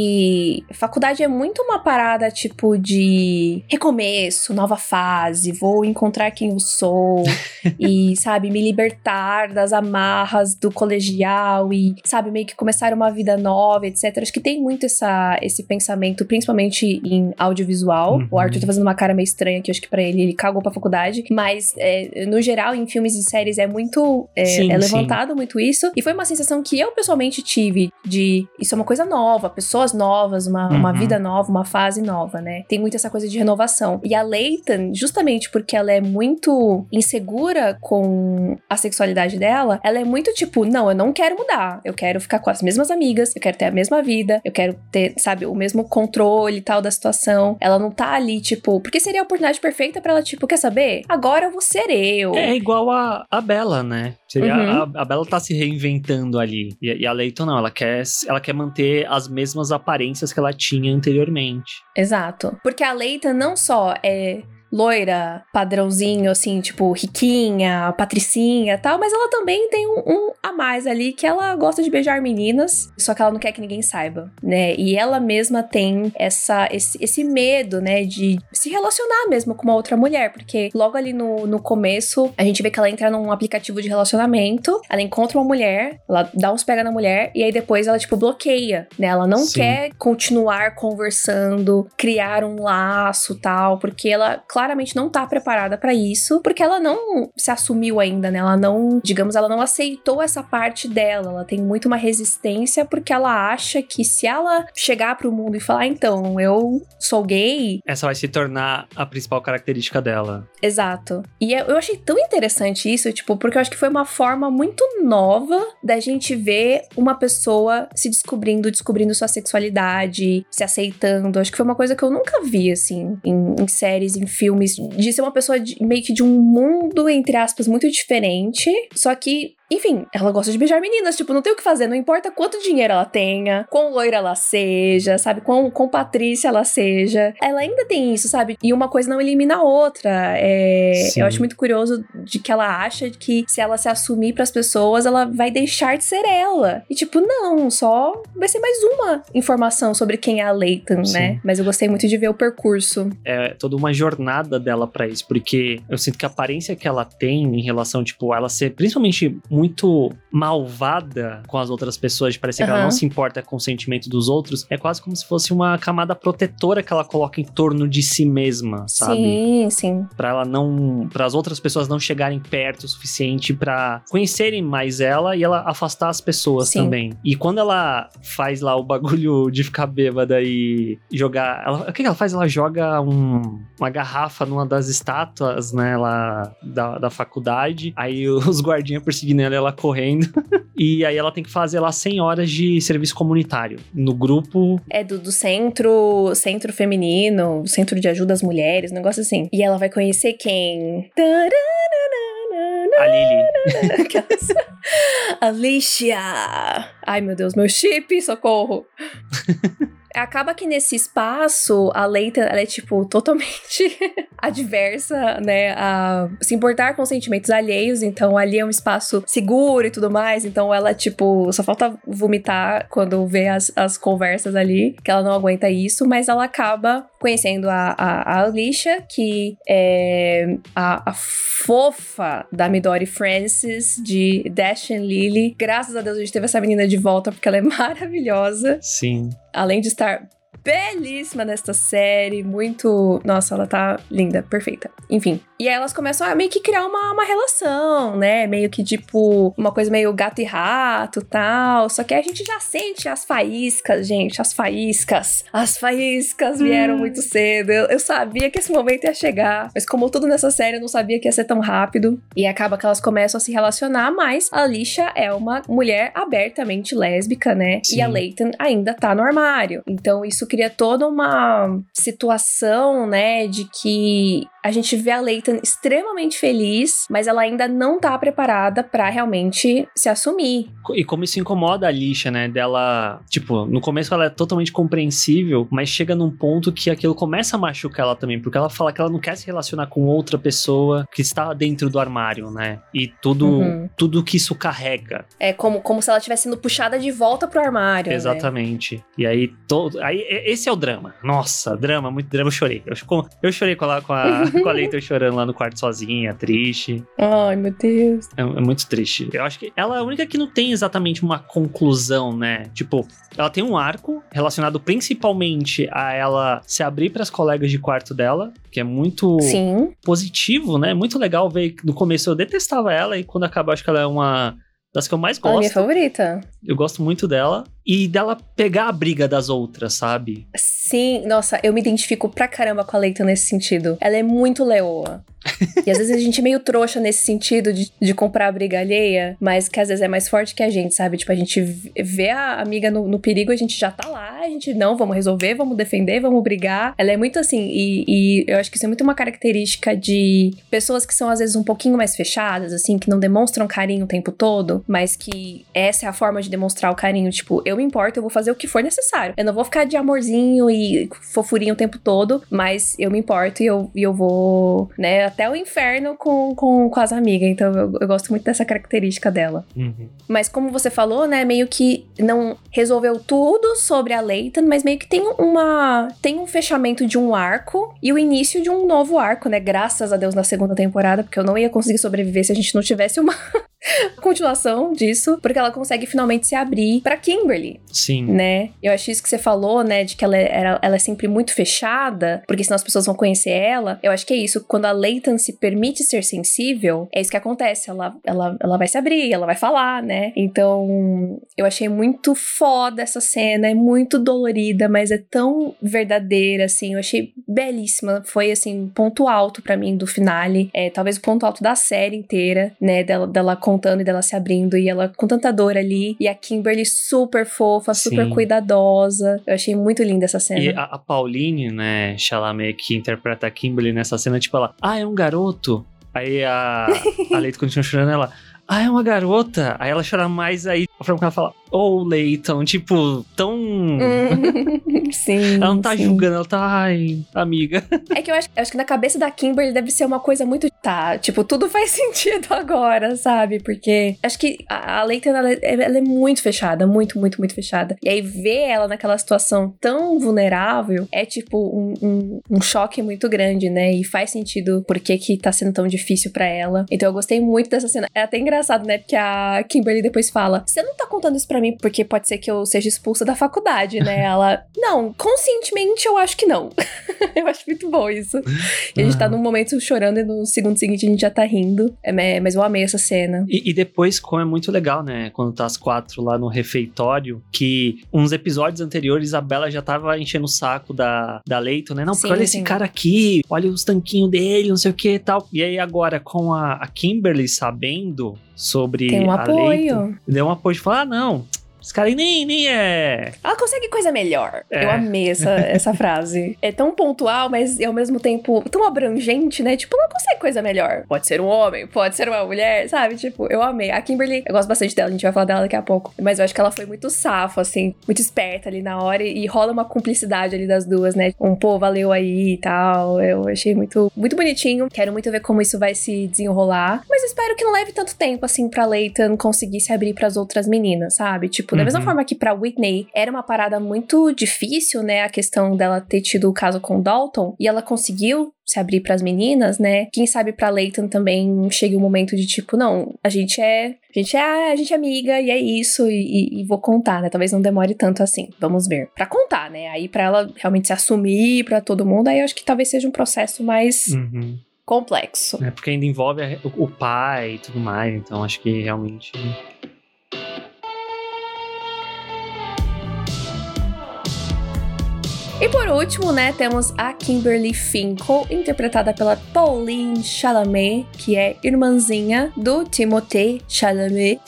que faculdade é muito uma parada tipo de recomeço, nova fase, vou encontrar quem eu sou e, sabe, me libertar das amarras do colegial e, sabe, meio que começar uma vida nova, etcétera. Acho que tem muito essa, esse pensamento, principalmente em audiovisual. Uhum. O Arthur tá fazendo uma cara meio estranha aqui, acho que pra ele, ele cagou pra faculdade. Mas, é, no geral, em filmes e séries é muito... É, sim, é levantado sim. muito isso. E foi uma sensação que eu pessoalmente tive de... Isso é uma coisa nova, pessoas novas, uma, uhum. uma vida nova, uma fase nova, né? Tem muito essa coisa de renovação. E a Leighton, justamente porque ela é muito insegura com a sexualidade dela, ela é muito tipo, não, eu não quero mudar. Eu quero ficar com as mesmas amigas, eu quero ter a mesma vida, eu quero ter, sabe, o mesmo controle e tal da situação. Ela não tá ali, tipo... Porque seria a oportunidade perfeita pra ela, tipo, quer saber? Agora eu vou ser eu. É igual a, a Bella, né? Seria uhum. a, a Bella tá se reinventando ali. E, e a Leighton não, ela quer, ela quer manter as mesmas aparências que ela tinha anteriormente. Exato. Porque a Leighton não só é... loira, padrãozinho, assim, tipo, riquinha, patricinha e tal, mas ela também tem um, um a mais ali, que ela gosta de beijar meninas, só que ela não quer que ninguém saiba, né? E ela mesma tem essa, esse, esse medo, né, de se relacionar mesmo com uma outra mulher, porque logo ali no, no começo, a gente vê que ela entra num aplicativo de relacionamento, ela encontra uma mulher, ela dá uns pega na mulher, e aí depois ela, tipo, bloqueia, né? Ela não Sim. quer continuar conversando, criar um laço, tal, porque ela, claramente não tá preparada pra isso, porque ela não se assumiu ainda, né? Ela não, digamos, ela não aceitou essa parte dela. Ela tem muito uma resistência porque ela acha que se ela chegar pro mundo e falar, então, eu sou gay... Essa vai se tornar a principal característica dela. Exato. E eu achei tão interessante isso, tipo, porque eu acho que foi uma forma muito nova da gente ver uma pessoa se descobrindo, descobrindo sua sexualidade, se aceitando. Acho que foi uma coisa que eu nunca vi, assim, em, em séries, em filmes, de ser uma pessoa de, meio que de um mundo, entre aspas, muito diferente, só que, enfim, ela gosta de beijar meninas, tipo, não tem o que fazer, não importa quanto dinheiro ela tenha, quão loira ela seja, sabe, quão, quão patrícia ela seja, ela ainda tem isso, sabe, e uma coisa não elimina a outra. É, eu acho muito curioso de que ela acha que se ela se assumir pras pessoas, ela vai deixar de ser ela, e tipo, não, só vai ser mais uma informação sobre quem é a Leighton, Sim. né, mas eu gostei muito de ver o percurso. É toda uma jornada dela pra isso, porque eu sinto que a aparência que ela tem em relação, tipo, ela ser principalmente muito malvada com as outras pessoas, de parecer que ela Aham. não se importa com o sentimento dos outros, é quase como se fosse uma camada protetora que ela coloca em torno de si mesma, sabe? Sim, sim. Pra ela não, para as outras pessoas não chegarem perto o suficiente pra conhecerem mais ela e ela afastar as pessoas Sim. também. E quando ela faz lá o bagulho de ficar bêbada e jogar, ela, o que que ela faz? Ela joga um, uma garrafa numa das estátuas, né, lá da, da faculdade. Aí os guardinhas perseguindo ela, ela correndo. E aí ela tem que fazer lá cem horas de serviço comunitário no grupo. É do, do centro, centro feminino, centro de ajuda às mulheres, um negócio assim. E ela vai conhecer quem? A Lily. Aquelas- Alicia! Ai, meu Deus, meu chip, socorro! Acaba que nesse espaço, a Layton, ela é, tipo, totalmente adversa, né, a se importar com sentimentos alheios, então ali é um espaço seguro e tudo mais, então ela, tipo, só falta vomitar quando vê as, as conversas ali, que ela não aguenta isso, mas ela acaba conhecendo a, a, a Alicia, que é a, a fofa da Midori Francis, de Dash and Lily. Graças a Deus a gente teve essa menina de volta, porque ela é maravilhosa. Sim. Além de estar belíssima nesta série, muito... Nossa, ela tá linda, perfeita. Enfim. E aí elas começam a meio que criar uma, uma relação, né? Meio que, tipo, uma coisa meio gato e rato e tal. Só que a gente já sente as faíscas, gente. As faíscas. As faíscas vieram Hum. muito cedo. Eu, eu sabia que esse momento ia chegar. Mas como tudo nessa série, eu não sabia que ia ser tão rápido. E acaba que elas começam a se relacionar, mas a Alicia é uma mulher abertamente lésbica, né? Sim. E a Layton ainda tá no armário. Então isso cria toda uma situação, né, de que a gente vê a Layton extremamente feliz, mas ela ainda não tá preparada pra realmente se assumir. E como isso incomoda a Alicia, né? Dela, tipo, no começo ela é totalmente compreensível, mas chega num ponto que aquilo começa a machucar ela também, porque ela fala que ela não quer se relacionar com outra pessoa que está dentro do armário, né? E tudo, Uhum. tudo que isso carrega. É como, como se ela estivesse sendo puxada de volta pro armário, né? Exatamente. E aí, todo, aí, e- esse é o drama. Nossa, drama, muito drama. Eu chorei. Eu, com- eu chorei com a, com a, com a Layton chorando lá no quarto sozinha, triste. Ai, meu Deus. É, é muito triste. Eu acho que ela é a única que não tem exatamente uma conclusão, né? Tipo, ela tem um arco relacionado principalmente a ela se abrir para as colegas de quarto dela, que é muito Sim. positivo, né? Muito legal ver. No começo eu detestava ela e quando acaba, eu acho que ela é uma das que eu mais Ela é minha gosto. favorita. Eu gosto muito dela. E dela pegar a briga das outras, sabe? Sim, nossa, eu me identifico pra caramba com a Layton nesse sentido. Ela é muito leoa. E às vezes a gente é meio trouxa nesse sentido de, de comprar a briga alheia, mas que às vezes é mais forte que a gente, sabe? Tipo, a gente vê a amiga no, no perigo, a gente já tá lá, a gente, não, vamos resolver, vamos defender, vamos brigar. Ela é muito assim, e, e eu acho que isso é muito uma característica de pessoas que são às vezes um pouquinho mais fechadas, assim, que não demonstram carinho o tempo todo, mas que essa é a forma de demonstrar o carinho, tipo, eu me importo, eu vou fazer o que for necessário. Eu não vou ficar de amorzinho e fofurinho o tempo todo, mas eu me importo e eu, e eu vou, né, até o inferno com, com, com as amigas. Então eu, eu gosto muito dessa característica dela. Uhum. Mas como você falou, né, meio que não resolveu tudo sobre a Layton, mas meio que tem uma tem um fechamento de um arco e o início de um novo arco, né? Graças a Deus na segunda temporada, porque eu não ia conseguir sobreviver se a gente não tivesse uma continuação disso, porque ela consegue finalmente se abrir pra Kimberly, Sim. né? Eu acho isso que você falou, né, de que ela é, ela, ela é sempre muito fechada, porque senão as pessoas vão conhecer ela. Eu acho que é isso, quando a Layton se permite ser sensível, é isso que acontece, ela, ela, ela vai se abrir, ela vai falar, né? Então, eu achei muito foda essa cena, é muito dolorida, mas é tão verdadeira, assim, eu achei belíssima, foi, assim, ponto alto pra mim do finale, é, talvez o ponto alto da série inteira, né, dela, dela contando e dela se abrindo, e ela com tanta dor ali, e a Kimberly super fofa, super Sim. cuidadosa. Eu achei muito linda essa cena. E a, a Pauline, né, Chalamet, que interpreta a Kimberly nessa cena, tipo, ela, ah, é um garoto. Aí a, a Layton continua chorando, ela, ah, é uma garota. Aí ela chora mais, aí a forma que ela fala, oh, Layton, tipo, tão... Sim, Ela não tá sim. julgando, ela tá, ai, amiga. É que eu acho, eu acho que na cabeça da Kimberly deve ser uma coisa muito, tá, tipo, tudo faz sentido agora, sabe? Porque acho que a, a Layton, ela, ela é muito fechada, muito, muito, muito fechada. E aí ver ela naquela situação tão vulnerável é, tipo, um, um, um choque muito grande, né? E faz sentido por que que tá sendo tão difícil pra ela. Então eu gostei muito dessa cena. É até engraçado, né? Porque a Kimberly depois fala, você não tá contando isso pra mim porque pode ser que eu seja expulsa da faculdade, né? Ela, não, conscientemente eu acho que não. Eu acho muito bom isso. E a gente tá num momento chorando e no segundo seguinte a gente já tá rindo. É, mas eu amei essa cena. E, e depois, como é muito legal, né? Quando tá as quatro lá no refeitório, que uns episódios anteriores a Bella já tava enchendo o saco da, da Layton, né? Não, porque Sim, olha sim. esse cara aqui, olha os tanquinhos dele, não sei o que e tal. E aí agora, com a, a Kimberly sabendo sobre Tem um a apoio. Layton, deu um apoio de falar, ah, não... Esse cara aí nem, nem é... Ela consegue coisa melhor. É. Eu amei essa, essa frase. É tão pontual, mas ao mesmo tempo tão abrangente, né? Tipo, ela consegue coisa melhor. Pode ser um homem, pode ser uma mulher, sabe? Tipo, eu amei. A Kimberly, eu gosto bastante dela, a gente vai falar dela daqui a pouco. Mas eu acho que ela foi muito safa, assim, muito esperta ali na hora. E rola uma cumplicidade ali das duas, né? Um pô, valeu aí e tal. Eu achei muito, muito bonitinho. Quero muito ver como isso vai se desenrolar. Mas eu espero que não leve tanto tempo, assim, pra Layton conseguir se abrir pras outras meninas, sabe? Tipo, da mesma Uhum. forma que pra Whitney era uma parada muito difícil, né? A questão dela ter tido o caso com o Dalton. E ela conseguiu se abrir pras meninas, né? Quem sabe pra Layton também chegue um momento de tipo, não, a gente é... A gente é, a gente é amiga e é isso, e, e, e vou contar, né? Talvez não demore tanto assim. Vamos ver. Pra contar, né? Aí pra ela realmente se assumir pra todo mundo, aí eu acho que talvez seja um processo mais... Uhum. complexo. É porque ainda envolve a, o, o pai e tudo mais, então acho que realmente... E por último, né, temos a Kimberly Finkel, interpretada pela Pauline Chalamet, que é irmãzinha do Timothée Chalamet.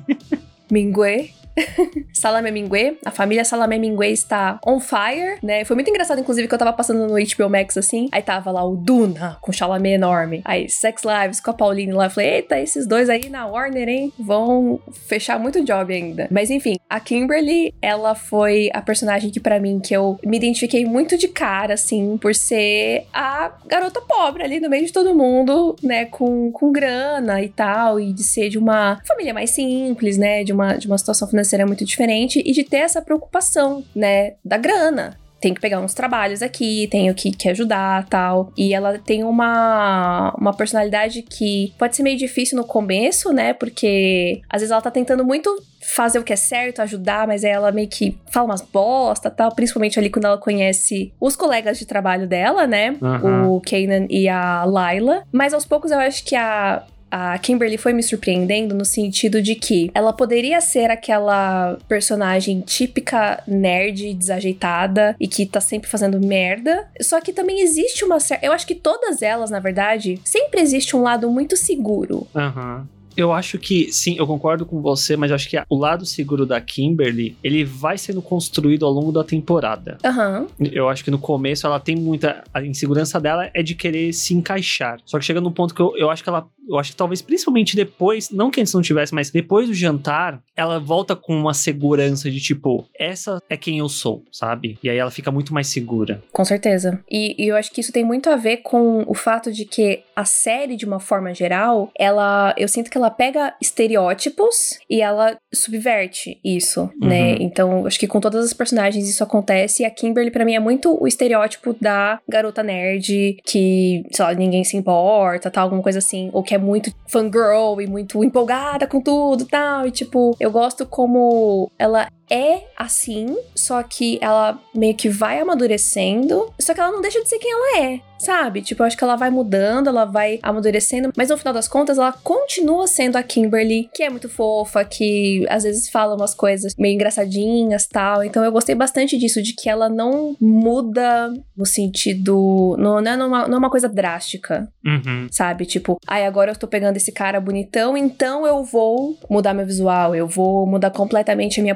Mingue. Chalamet Mingue, a família Chalamet Mingue está on fire, né? Foi muito engraçado, inclusive, que eu tava passando no H B O Max, assim, aí tava lá o Duna, com Chalamet enorme, aí Sex Lives com a Pauline lá, eu falei, eita, esses dois aí na Warner, hein, vão fechar muito job ainda. Mas enfim, a Kimberly, ela foi a personagem que pra mim, que eu me identifiquei muito de cara, assim, por ser a garota pobre ali no meio de todo mundo, né, com, com grana e tal, e de ser de uma família mais simples, né, de uma, de uma situação financeira muito diferente e de ter essa preocupação, né, da grana. Tem que pegar uns trabalhos aqui, tenho que, que ajudar, tal. E ela tem uma, uma personalidade que pode ser meio difícil no começo, né, porque às vezes ela tá tentando muito fazer o que é certo, ajudar, mas aí ela meio que fala umas bosta, tal, principalmente ali quando ela conhece os colegas de trabalho dela, né, Uhum. o Kanan e a Layla. Mas aos poucos eu acho que a A Kimberly foi me surpreendendo no sentido de que ela poderia ser aquela personagem típica nerd, desajeitada e que tá sempre fazendo merda. Só que também existe uma certa... Eu acho que todas elas, na verdade, sempre existe um lado muito seguro. Aham. Uhum. Eu acho que, sim, eu concordo com você, mas eu acho que o lado seguro da Kimberly, ele vai sendo construído ao longo da temporada. Aham. Uhum. Eu acho que no começo ela tem muita... A insegurança dela é de querer se encaixar. Só que chega num ponto que eu, eu acho que ela... Eu acho que talvez principalmente depois, não que antes não tivesse, mas depois do jantar, ela volta com uma segurança de tipo, essa é quem eu sou, sabe? E aí ela fica muito mais segura. Com certeza. E, e eu acho que isso tem muito a ver com o fato de que a série, de uma forma geral, ela... Eu sinto que ela pega estereótipos e ela subverte isso, uhum. né? Então, acho que com todas as personagens isso acontece. E a Kimberly, pra mim, é muito o estereótipo da garota nerd que, sei lá, ninguém se importa, tal, alguma coisa assim. Ou que é muito fangirl e muito empolgada com tudo e tal. E, tipo, eu gosto como ela é assim, só que ela meio que vai amadurecendo, só que ela não deixa de ser quem ela é, sabe? Tipo, eu acho que ela vai mudando, ela vai amadurecendo, mas no final das contas, ela continua sendo a Kimberly, que é muito fofa, que às vezes fala umas coisas meio engraçadinhas e tal. Então eu gostei bastante disso, de que ela não muda no sentido... Não, não, é, uma, não é uma coisa drástica, uhum. sabe? Tipo, ai, agora eu tô pegando esse cara bonitão, então eu vou mudar meu visual, eu vou mudar completamente a minha postura,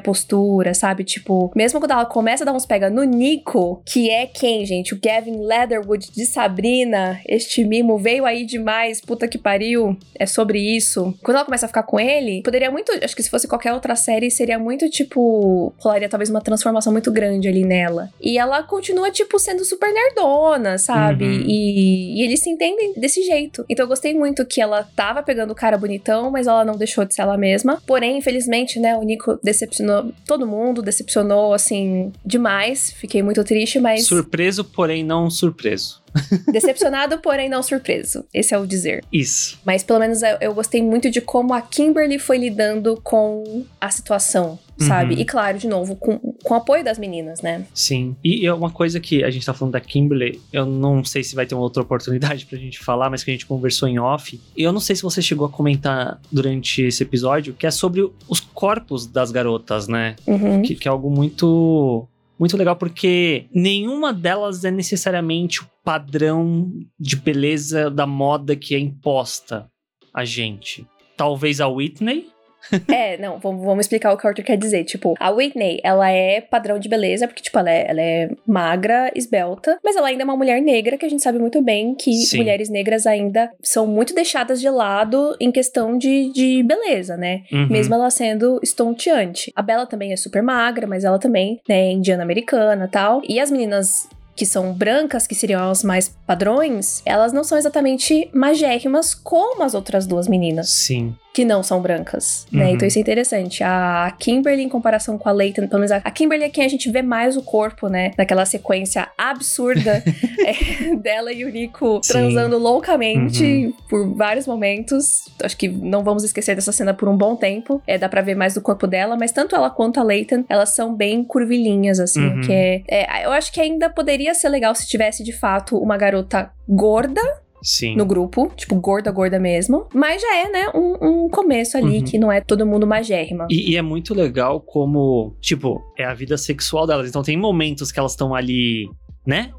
aventura, sabe? Tipo, mesmo quando ela começa a dar uns pega no Nico, que é quem, gente? O Gavin Leatherwood de Sabrina, este mimo veio aí demais, puta que pariu, é sobre isso. Quando ela começa a ficar com ele, poderia muito, acho que se fosse qualquer outra série, seria muito, tipo, rolaria talvez uma transformação muito grande ali nela. E ela continua, tipo, sendo super nerdona, sabe? Uhum. E, e eles se entendem desse jeito. Então eu gostei muito que ela tava pegando o cara bonitão, mas ela não deixou de ser ela mesma. Porém, infelizmente, né, o Nico decepcionou todo mundo, decepcionou, assim, demais. Fiquei muito triste, mas... Surpreso, porém não surpreso. Decepcionado, porém não surpreso. Esse é o dizer. Isso. Mas pelo menos eu, eu gostei muito de como a Kimberly foi lidando com a situação, sabe? Uhum. E claro, de novo, com, com o apoio das meninas, né? Sim. E é uma coisa que a gente tá falando da Kimberly, eu não sei se vai ter uma outra oportunidade pra gente falar, mas que a gente conversou em off. E eu não sei se você chegou a comentar durante esse episódio, que é sobre os corpos das garotas, né? Uhum. Que, que é algo muito... Muito legal, porque nenhuma delas é necessariamente o padrão de beleza da moda que é imposta a gente. Talvez a Whitney. É, não, vamos, vamos explicar o que o Arthur quer dizer. Tipo, a Whitney, ela é padrão de beleza, porque, tipo, ela é, ela é magra, esbelta, mas ela ainda é uma mulher negra, que a gente sabe muito bem que Sim. mulheres negras ainda são muito deixadas de lado em questão de, de beleza, né? Uhum. Mesmo ela sendo estonteante. A Bella também é super magra, mas ela também, né, é indiana-americana e tal. E as meninas que são brancas, que seriam as mais padrões, elas não são exatamente magérrimas como as outras duas meninas. Sim. Que não são brancas, né? Uhum. Então isso é interessante. A Kimberly, em comparação com a Layton, pelo menos a Kimberly é quem a gente vê mais o corpo, né? Naquela sequência absurda é, dela e o Nico Sim. transando loucamente Uhum. por vários momentos. Acho que não vamos esquecer dessa cena por um bom tempo. É, dá pra ver mais do corpo dela, mas tanto ela quanto a Layton, elas são bem curvilínhas, assim. Uhum. Que é, é, eu acho que ainda poderia ser legal se tivesse, de fato, uma garota gorda Sim. no grupo, tipo, gorda, gorda mesmo. Mas já é, né, um, um começo ali, Uhum. que não é todo mundo magérrima. E, e é muito legal como, tipo, é a vida sexual delas. Então tem momentos que elas estão ali, né?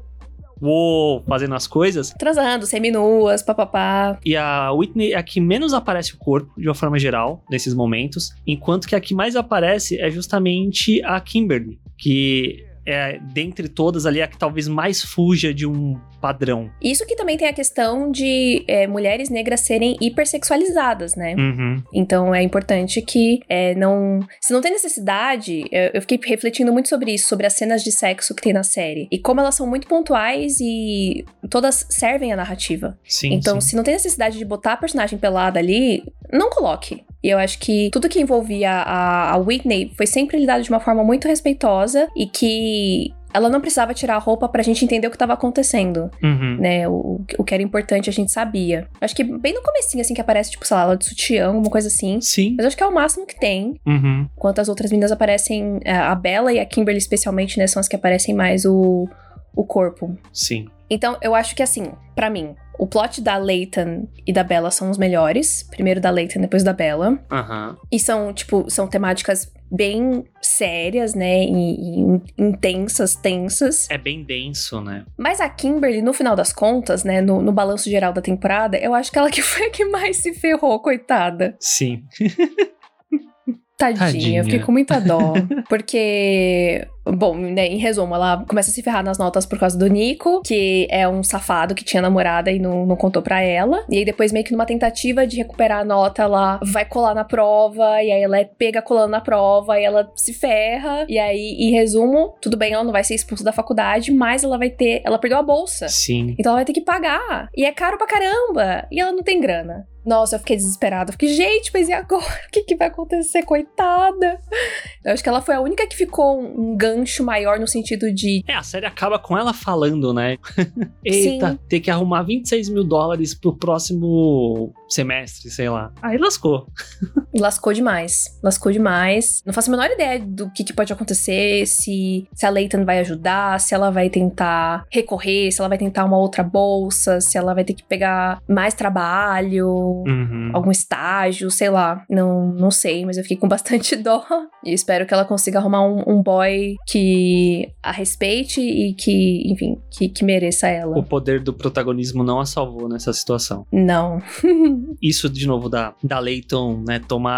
Uou, fazendo as coisas. Transando, seminuas, papapá. E a Whitney é a que menos aparece o corpo, de uma forma geral, nesses momentos. Enquanto que a que mais aparece é justamente a Kimberly, que é, dentre todas ali, a que talvez mais fuja de um padrão. Isso que também tem a questão de é, mulheres negras serem hipersexualizadas, né? Uhum. Então é importante que é, não... Se não tem necessidade, eu, eu fiquei refletindo muito sobre isso, sobre as cenas de sexo que tem na série. E como elas são muito pontuais e todas servem a narrativa. Sim, Então, sim. se não tem necessidade de botar a personagem pelada ali, não coloque. E eu acho que tudo que envolvia a, a Whitney foi sempre lidado de uma forma muito respeitosa e que ela não precisava tirar a roupa pra gente entender o que tava acontecendo, Uhum. né? O, o que era importante a gente sabia. Acho que bem no comecinho, assim, que aparece, tipo, sei lá, ela de sutiã, alguma coisa assim. Sim. Mas acho que é o máximo que tem. Uhum. Enquanto as outras meninas aparecem, a Bella e a Kimberly especialmente, né, são as que aparecem mais o, o corpo. Sim. Então, eu acho que assim, pra mim, o plot da Layton e da Bella são os melhores. Primeiro da Layton, depois da Bella. Aham. E são, tipo, são temáticas bem sérias, né? E, e intensas, tensas. É bem denso, né? Mas a Kimberly, no final das contas, né? No, no balanço geral da temporada, eu acho que ela que foi a que mais se ferrou, coitada. Sim. Tadinha, Tadinha. eu fiquei com muita dó. Porque, bom, né, em resumo, ela começa a se ferrar nas notas por causa do Nico, que é um safado que tinha namorada e não, não contou pra ela. E aí depois, meio que numa tentativa de recuperar a nota, ela vai colar na prova, e aí ela é pega colando na prova, e ela se ferra. E aí, em resumo, tudo bem, ela não vai ser expulsa da faculdade, mas ela vai ter... Ela perdeu a bolsa. Sim. Então ela vai ter que pagar. E é caro pra caramba. E ela não tem grana. Nossa, eu fiquei desesperada. Eu fiquei, gente, mas e agora? O que, que vai acontecer? Coitada. Eu acho que ela foi a única que ficou um gancho maior no sentido de... É, a série acaba com ela falando, né? Eita, Sim. ter que arrumar vinte e seis mil dólares pro próximo semestre, sei lá. Aí lascou. Lascou demais. Lascou demais. Não faço a menor ideia do que, que pode acontecer, se, se a Layton vai ajudar, se ela vai tentar recorrer, se ela vai tentar uma outra bolsa, se ela vai ter que pegar mais trabalho... Uhum. Algum estágio, sei lá. Não, não sei, mas eu fiquei com bastante dó. E espero que ela consiga arrumar um, um boy que a respeite e que, enfim, que, que mereça ela. O poder do protagonismo não a salvou nessa situação. Não. Isso, de novo, da, da Layton, né, tomar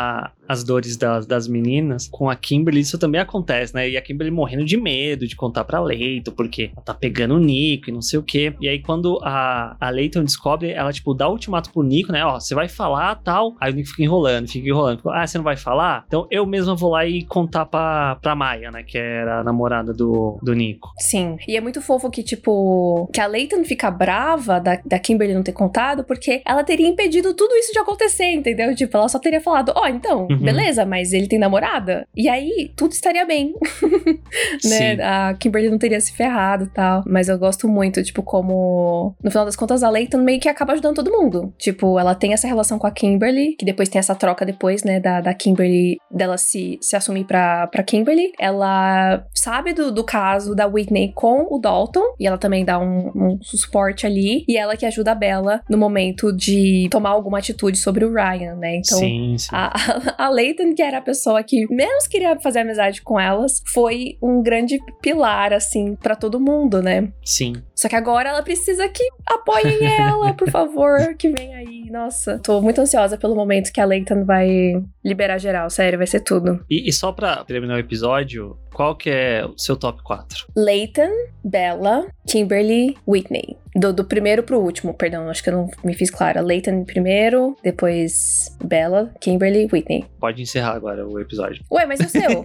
as dores das, das meninas, com a Kimberly isso também acontece, né? E a Kimberly morrendo de medo de contar pra Layton, porque ela tá pegando o Nico e não sei o quê. E aí quando a, a Layton descobre, ela, tipo, dá o ultimato pro Nico, né? Ó, você vai falar, tal. Aí o Nico fica enrolando, fica enrolando. Ah, você não vai falar? Então eu mesma vou lá e contar pra, pra Maya, né? Que era a namorada do, do Nico. Sim. E é muito fofo que, tipo, que a Layton fica brava da, da Kimberly não ter contado, porque ela teria impedido tudo isso de acontecer, entendeu? Tipo, ela só teria falado, ó, oh, então, uhum. beleza, mas ele tem namorada? E aí, tudo estaria bem. Né? A Kimberly não teria se ferrado e tal. Mas eu gosto muito, tipo, como... No final das contas, a Layton meio que acaba ajudando todo mundo. Tipo, ela tem essa relação com a Kimberly, que depois tem essa troca depois, né, da, da Kimberly, dela se, se assumir pra, pra Kimberly. Ela sabe do, do caso da Whitney com o Dalton, e ela também dá um, um suporte ali, e ela que ajuda a Bella no momento de tomar alguma atitude sobre o Ryan, né? Então, sim, sim. A, a, a Layton, que era a pessoa que menos queria fazer amizade com elas, foi um grande pilar, assim, pra todo mundo, né? Sim. Só que agora ela precisa que apoiem ela, por favor, que venha aí. Nossa, tô muito ansiosa pelo momento que a Layton vai liberar geral, sério, vai ser tudo. E, e só pra terminar o episódio, qual que é o seu top quatro? Layton, Bella, Kimberly, Whitney. Do, do primeiro pro último, perdão, acho que eu não me fiz clara. Layton primeiro, depois Bella, Kimberly, Whitney. Pode encerrar agora o episódio. Ué, mas e o seu?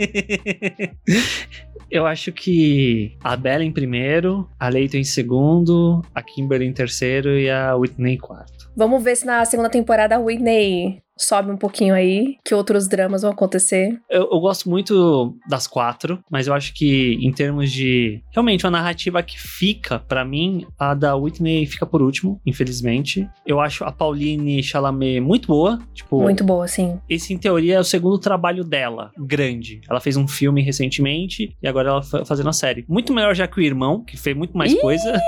Eu acho que a Bella em primeiro, a Layton em segundo, a Kimberly em terceiro e a Whitney em quarto. Vamos ver se na segunda temporada a Whitney sobe um pouquinho aí, que outros dramas vão acontecer. Eu, eu gosto muito das quatro, mas eu acho que em termos de... Realmente, a narrativa que fica, pra mim, a da Whitney fica por último, infelizmente. Eu acho a Pauline Chalamet muito boa. Tipo, muito boa, sim. Esse, em teoria, é o segundo trabalho dela, grande. Ela fez um filme recentemente e agora ela tá fazendo a série. Muito melhor já que o irmão, que fez muito mais Ih! coisa.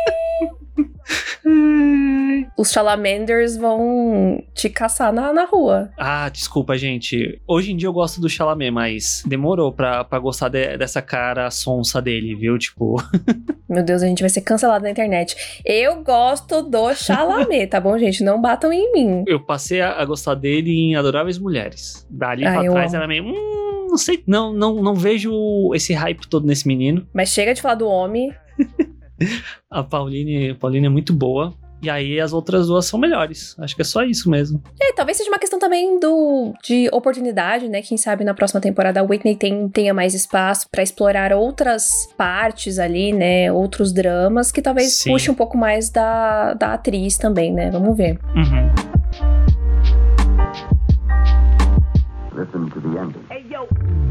Os Chalamanders vão te caçar na, na rua. Ah, desculpa, gente. Hoje em dia eu gosto do Chalamet, mas demorou pra, pra gostar de, dessa cara sonsa dele, viu? Tipo... Meu Deus, a gente vai ser cancelado na internet. Eu gosto do Chalamet, tá bom, gente? Não batam em mim. Eu passei a, a gostar dele em Adoráveis Mulheres. Dali ah, pra trás amo. Era meio... Hum, não sei, não, não, não vejo esse hype todo nesse menino. Mas chega de falar do homem. A Pauline, a Pauline é muito boa. E aí as outras duas são melhores. Acho que é só isso mesmo. É, talvez seja uma questão também do, de oportunidade, né? Quem sabe na próxima temporada a Whitney tem, tenha mais espaço pra explorar outras partes ali, né? Outros dramas que talvez Sim. puxe um pouco mais da, da atriz também, né? Vamos ver. Uhum. Listen to the ending. Hey, yo!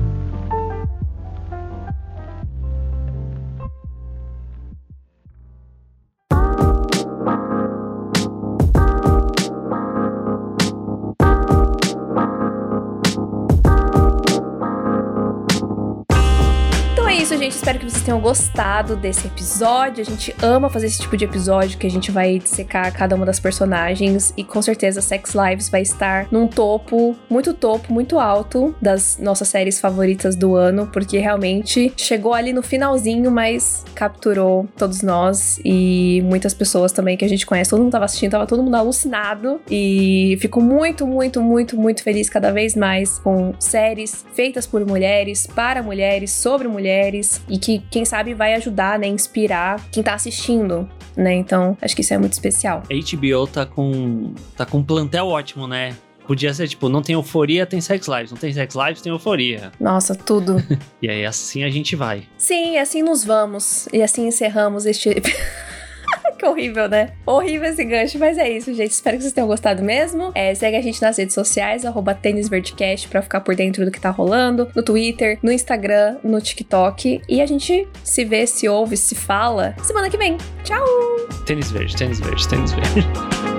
Gente, espero que vocês tenham gostado desse episódio. A gente ama fazer esse tipo de episódio que a gente vai dissecar cada uma das personagens e com certeza Sex Lives vai estar num topo, muito topo, muito alto das nossas séries favoritas do ano, porque realmente chegou ali no finalzinho, mas capturou todos nós e muitas pessoas também que a gente conhece. Todo mundo tava assistindo, tava todo mundo alucinado e fico muito, muito, muito, muito feliz cada vez mais com séries feitas por mulheres, para mulheres, sobre mulheres, e que, quem sabe, vai ajudar, né, inspirar quem tá assistindo, né, então acho que isso é muito especial. A H B O tá com, tá com um plantel ótimo, né? Podia ser, tipo, não tem euforia, tem Sex Lives, não tem Sex Lives, tem euforia. Nossa, tudo. E aí, assim a gente vai. Sim, assim nos vamos, e assim encerramos este... Que horrível, né? Horrível esse gancho, mas é isso, gente. Espero que vocês tenham gostado mesmo. É, segue a gente nas redes sociais, arroba tênisverdecast, pra ficar por dentro do que tá rolando. No Twitter, no Instagram, no TikTok. E a gente se vê, se ouve, se fala semana que vem. Tchau! Tênis verde, tênis verde, tênis verde.